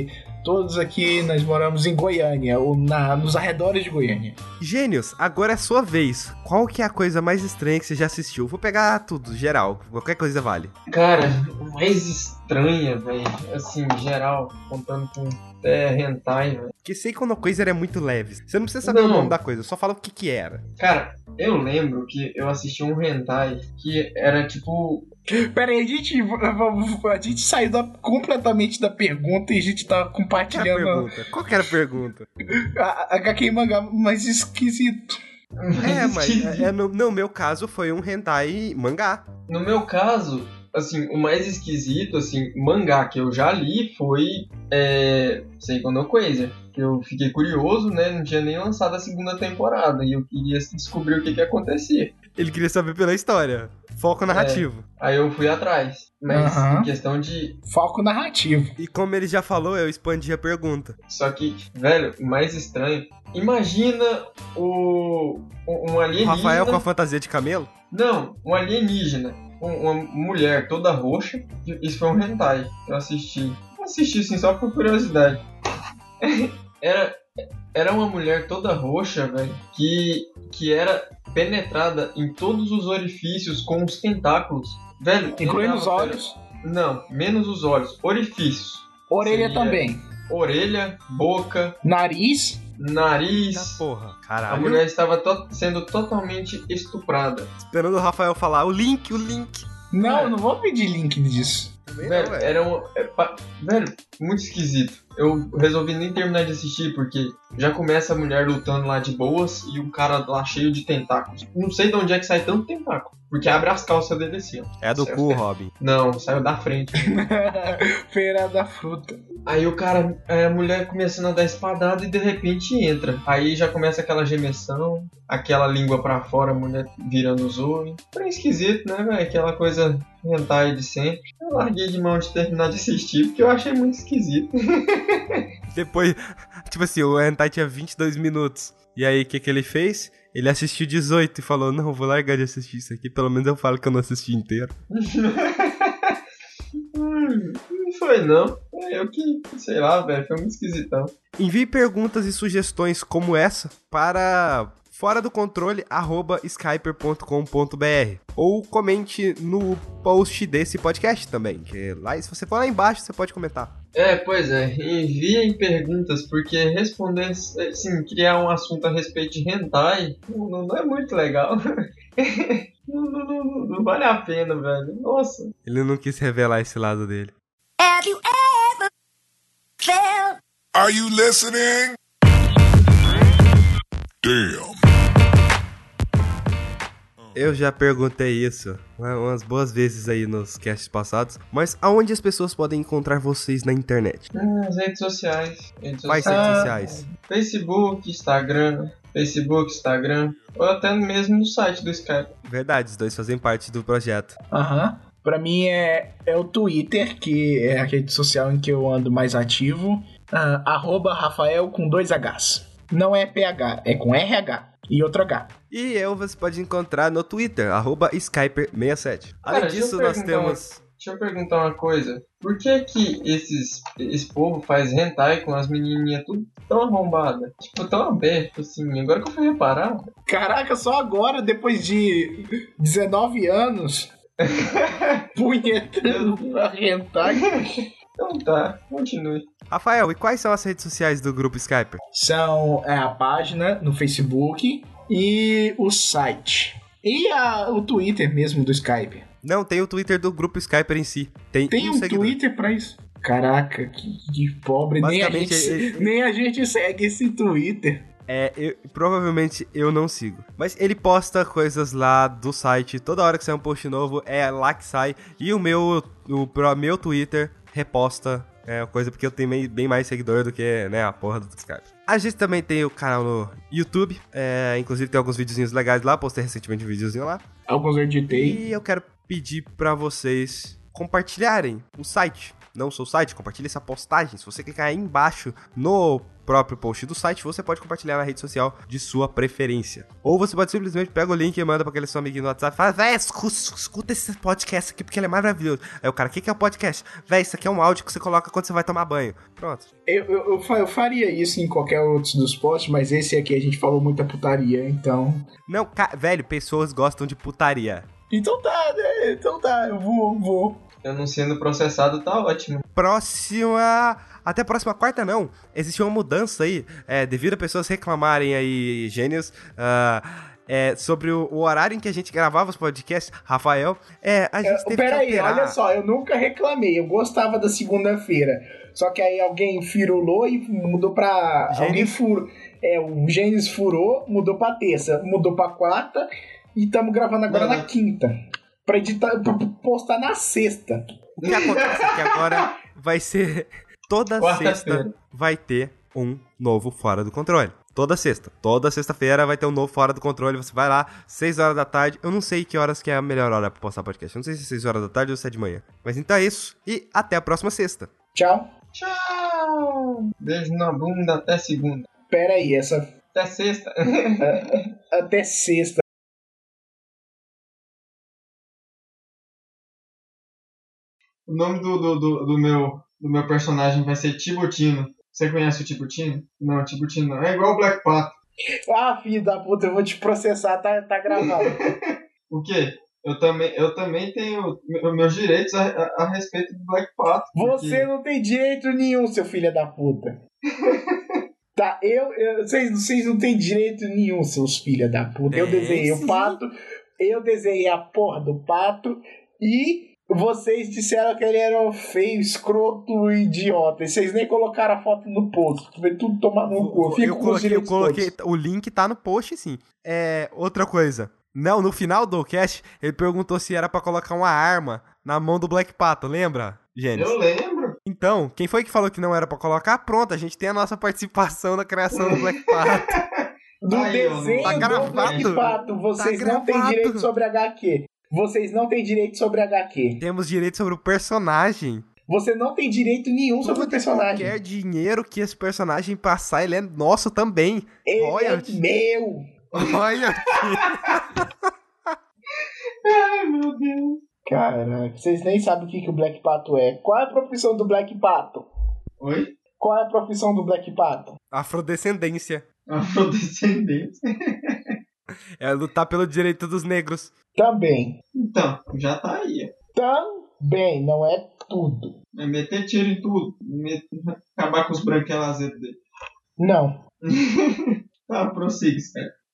Todos aqui nós moramos em Goiânia, ou nos arredores de Goiânia. Gênios, agora é sua vez. Qual que é a coisa mais estranha que você já assistiu? Vou pegar tudo, geral. Qualquer coisa vale. Cara, o mais estranha, velho, assim, geral, contando com hentai, velho. Porque sei quando a coisa era muito leve. Você não precisa saber o nome da coisa, só fala o que era. Cara, eu lembro que eu assisti um hentai que era tipo... Pera aí, a gente saiu completamente da pergunta e a gente tá compartilhando... Qual que era a pergunta? HQ mangá mais esquisito. Mas no meu caso foi um hentai mangá. No meu caso, assim, o mais esquisito, assim, mangá que eu já li foi Seiko no Quasar. Que eu fiquei curioso, né? Não tinha nem lançado a segunda temporada e eu queria descobrir o que acontecia. Ele queria saber pela história. Foco narrativo. Aí eu fui atrás. Mas em questão de... Foco narrativo. E como ele já falou, eu expandi a pergunta. Só que, velho, o mais estranho... Imagina um alienígena... O Rafael com a fantasia de camelo? Não, um alienígena. Uma mulher toda roxa. Isso foi um hentai. Eu assisti. Assisti, assim, só por curiosidade. Era uma mulher toda roxa, velho. Que era... penetrada em todos os orifícios com os tentáculos. Velho, incluindo os olhos? Não, menos os olhos. Orifícios. Orelha também. Orelha, boca. Nariz. Porra, caralho. A mulher estava sendo totalmente estuprada. Esperando o Rafael falar o link. Não, eu não vou pedir link disso. Velho, velho, muito esquisito. Eu resolvi nem terminar de assistir porque já começa a mulher lutando lá de boas e o cara lá cheio de tentáculos. Não sei de onde é que sai tanto tentáculo. Porque abre as calças dele assim, ó. É do cu, Robin. Não, saiu da frente. Feira da fruta. Aí o cara, a mulher começando a dar espadada e de repente entra. Aí já começa aquela gemessão, aquela língua pra fora, a mulher virando os olhos. Foi esquisito, né, velho? Aquela coisa hentai de sempre. Eu larguei de mão de terminar de assistir porque eu achei muito esquisito. Depois, tipo assim, o hentai tinha 22 minutos. E aí, o que ele fez? Ele assistiu 18 e falou, não, vou largar de assistir isso aqui. Pelo menos eu falo que eu não assisti inteiro. Não foi, não. Eu que, sei lá, velho, foi muito esquisitão. Envie perguntas e sugestões como essa para foradocontrole@skyper.com.br ou comente no post desse podcast também, que lá, se você for lá embaixo, você pode comentar. Pois é, enviem perguntas, porque responder, assim, criar um assunto a respeito de hentai não é muito legal. não vale a pena, velho. Nossa. Ele não quis revelar esse lado dele. Have you ever felt? Are you listening? Damn. Eu já perguntei isso umas boas vezes aí nos casts passados, mas aonde as pessoas podem encontrar vocês na internet? Nas redes sociais. Quais redes sociais? Facebook, Instagram, ou até mesmo no site do Skype. Verdade, os dois fazem parte do projeto. Pra mim é o Twitter, que é a rede social em que eu ando mais ativo. @Rafael com 2 Hs. Não é PH, é com RH e outro H. E você pode encontrar no Twitter, @Skyper67. Além Cara, disso, nós temos... Deixa eu perguntar uma coisa. Por que esse povo faz hentai com as menininhas tudo tão arrombadas? Tipo, tão aberto assim. Agora que eu fui reparar. Caraca, só agora, depois de 19 anos... punhetando pra hentai. Então tá, continue. Rafael, e quais são as redes sociais do grupo Skyper? São a página no Facebook e o site. E o Twitter mesmo do Skype. Não, tem o Twitter do grupo Skyper em si. Tem um seguidor. Twitter pra isso? Caraca, que pobre. Nem a gente segue esse Twitter. Provavelmente eu não sigo. Mas ele posta coisas lá do site. Toda hora que sai um post novo, é lá que sai. E o meu Twitter reposta coisa, porque eu tenho bem mais seguidor do que, né, a porra do Skype. A gente também tem o canal no YouTube. Inclusive tem alguns videozinhos legais lá. Postei recentemente um videozinho lá. Alguns eu editei. E eu quero pedir pra vocês compartilharem o site não o seu site, compartilhe essa postagem. Se você clicar aí embaixo no próprio post do site, você pode compartilhar na rede social de sua preferência. Ou você pode simplesmente pegar o link e manda pra aquele seu amiguinho no WhatsApp e fala, véi, escuta esse podcast aqui porque ele é maravilhoso. Aí o cara, o que é o podcast? Véi, isso aqui é um áudio que você coloca quando você vai tomar banho. Pronto. Eu faria isso em qualquer outro dos posts, mas esse aqui a gente falou muita putaria, então... Não, velho, pessoas gostam de putaria. Então tá, né? Então tá, eu vou. Eu não sendo processado tá ótimo. Até a próxima quarta não. Existe uma mudança aí, devido a pessoas reclamarem aí, gênios, sobre o horário em que a gente gravava os podcasts. Rafael, a gente teve que alterar. Olha só, eu nunca reclamei, eu gostava da segunda-feira. Só que aí alguém firulou e mudou pra... o Gênesis furou, mudou pra terça, mudou pra quarta e estamos gravando agora na quinta. Pra editar, pra postar na sexta. O que acontece é que agora vai ser... Toda sexta vai ter um novo Fora do Controle. Toda sexta-feira vai ter um novo Fora do Controle. Você vai lá, 6 horas da tarde. Eu não sei que horas que é a melhor hora pra postar podcast. Eu não sei se é 6 horas da tarde ou 7 de manhã. Mas então é isso. E até a próxima sexta. Tchau. Tchau. Beijo na bunda, até segunda. Pera aí, Até sexta. Até sexta. O nome do meu personagem vai ser Tibutino. Você conhece o Tibutino? Não, Tibutino não. É igual o Black Pato. Ah, filho da puta, eu vou te processar, tá gravado. O quê? Eu também tenho meus direitos a respeito do Black Pato. Você não tem direito nenhum, seu filho da puta. Tá, vocês não têm direito nenhum, seus filhos da puta. Eu desenhei o pato, eu desenhei a porra do pato e vocês disseram que ele era feio, escroto e idiota. E vocês nem colocaram a foto no post. Vai tudo tomar no cu. Eu coloquei, o link tá no post, sim. Outra coisa. Não, no final do cast, ele perguntou se era pra colocar uma arma na mão do Black Pato, lembra, Gênesis? Eu lembro. Então, quem foi que falou que não era pra colocar? Pronto, a gente tem a nossa participação na criação do Black Pato. Do desenho tá do Black Pato, vocês não têm direito sobre HQ. Vocês não têm direito sobre HQ. Temos direito sobre o personagem. Você não tem direito nenhum sobre o personagem. Qualquer dinheiro que esse personagem passar, ele é nosso também. Ele é meu. Olha Ai, meu Deus. Caraca, vocês nem sabem o que o Black Pato é. Qual é a profissão do Black Pato? Oi? Qual é a profissão do Black Pato? Afrodescendência. Afrodescendência. É lutar pelo direito dos negros. Também. Então, já tá aí. Também, não é tudo. É meter tiro em tudo. Acabar com os branquelas dele. Não. Tá, prossiga, cara.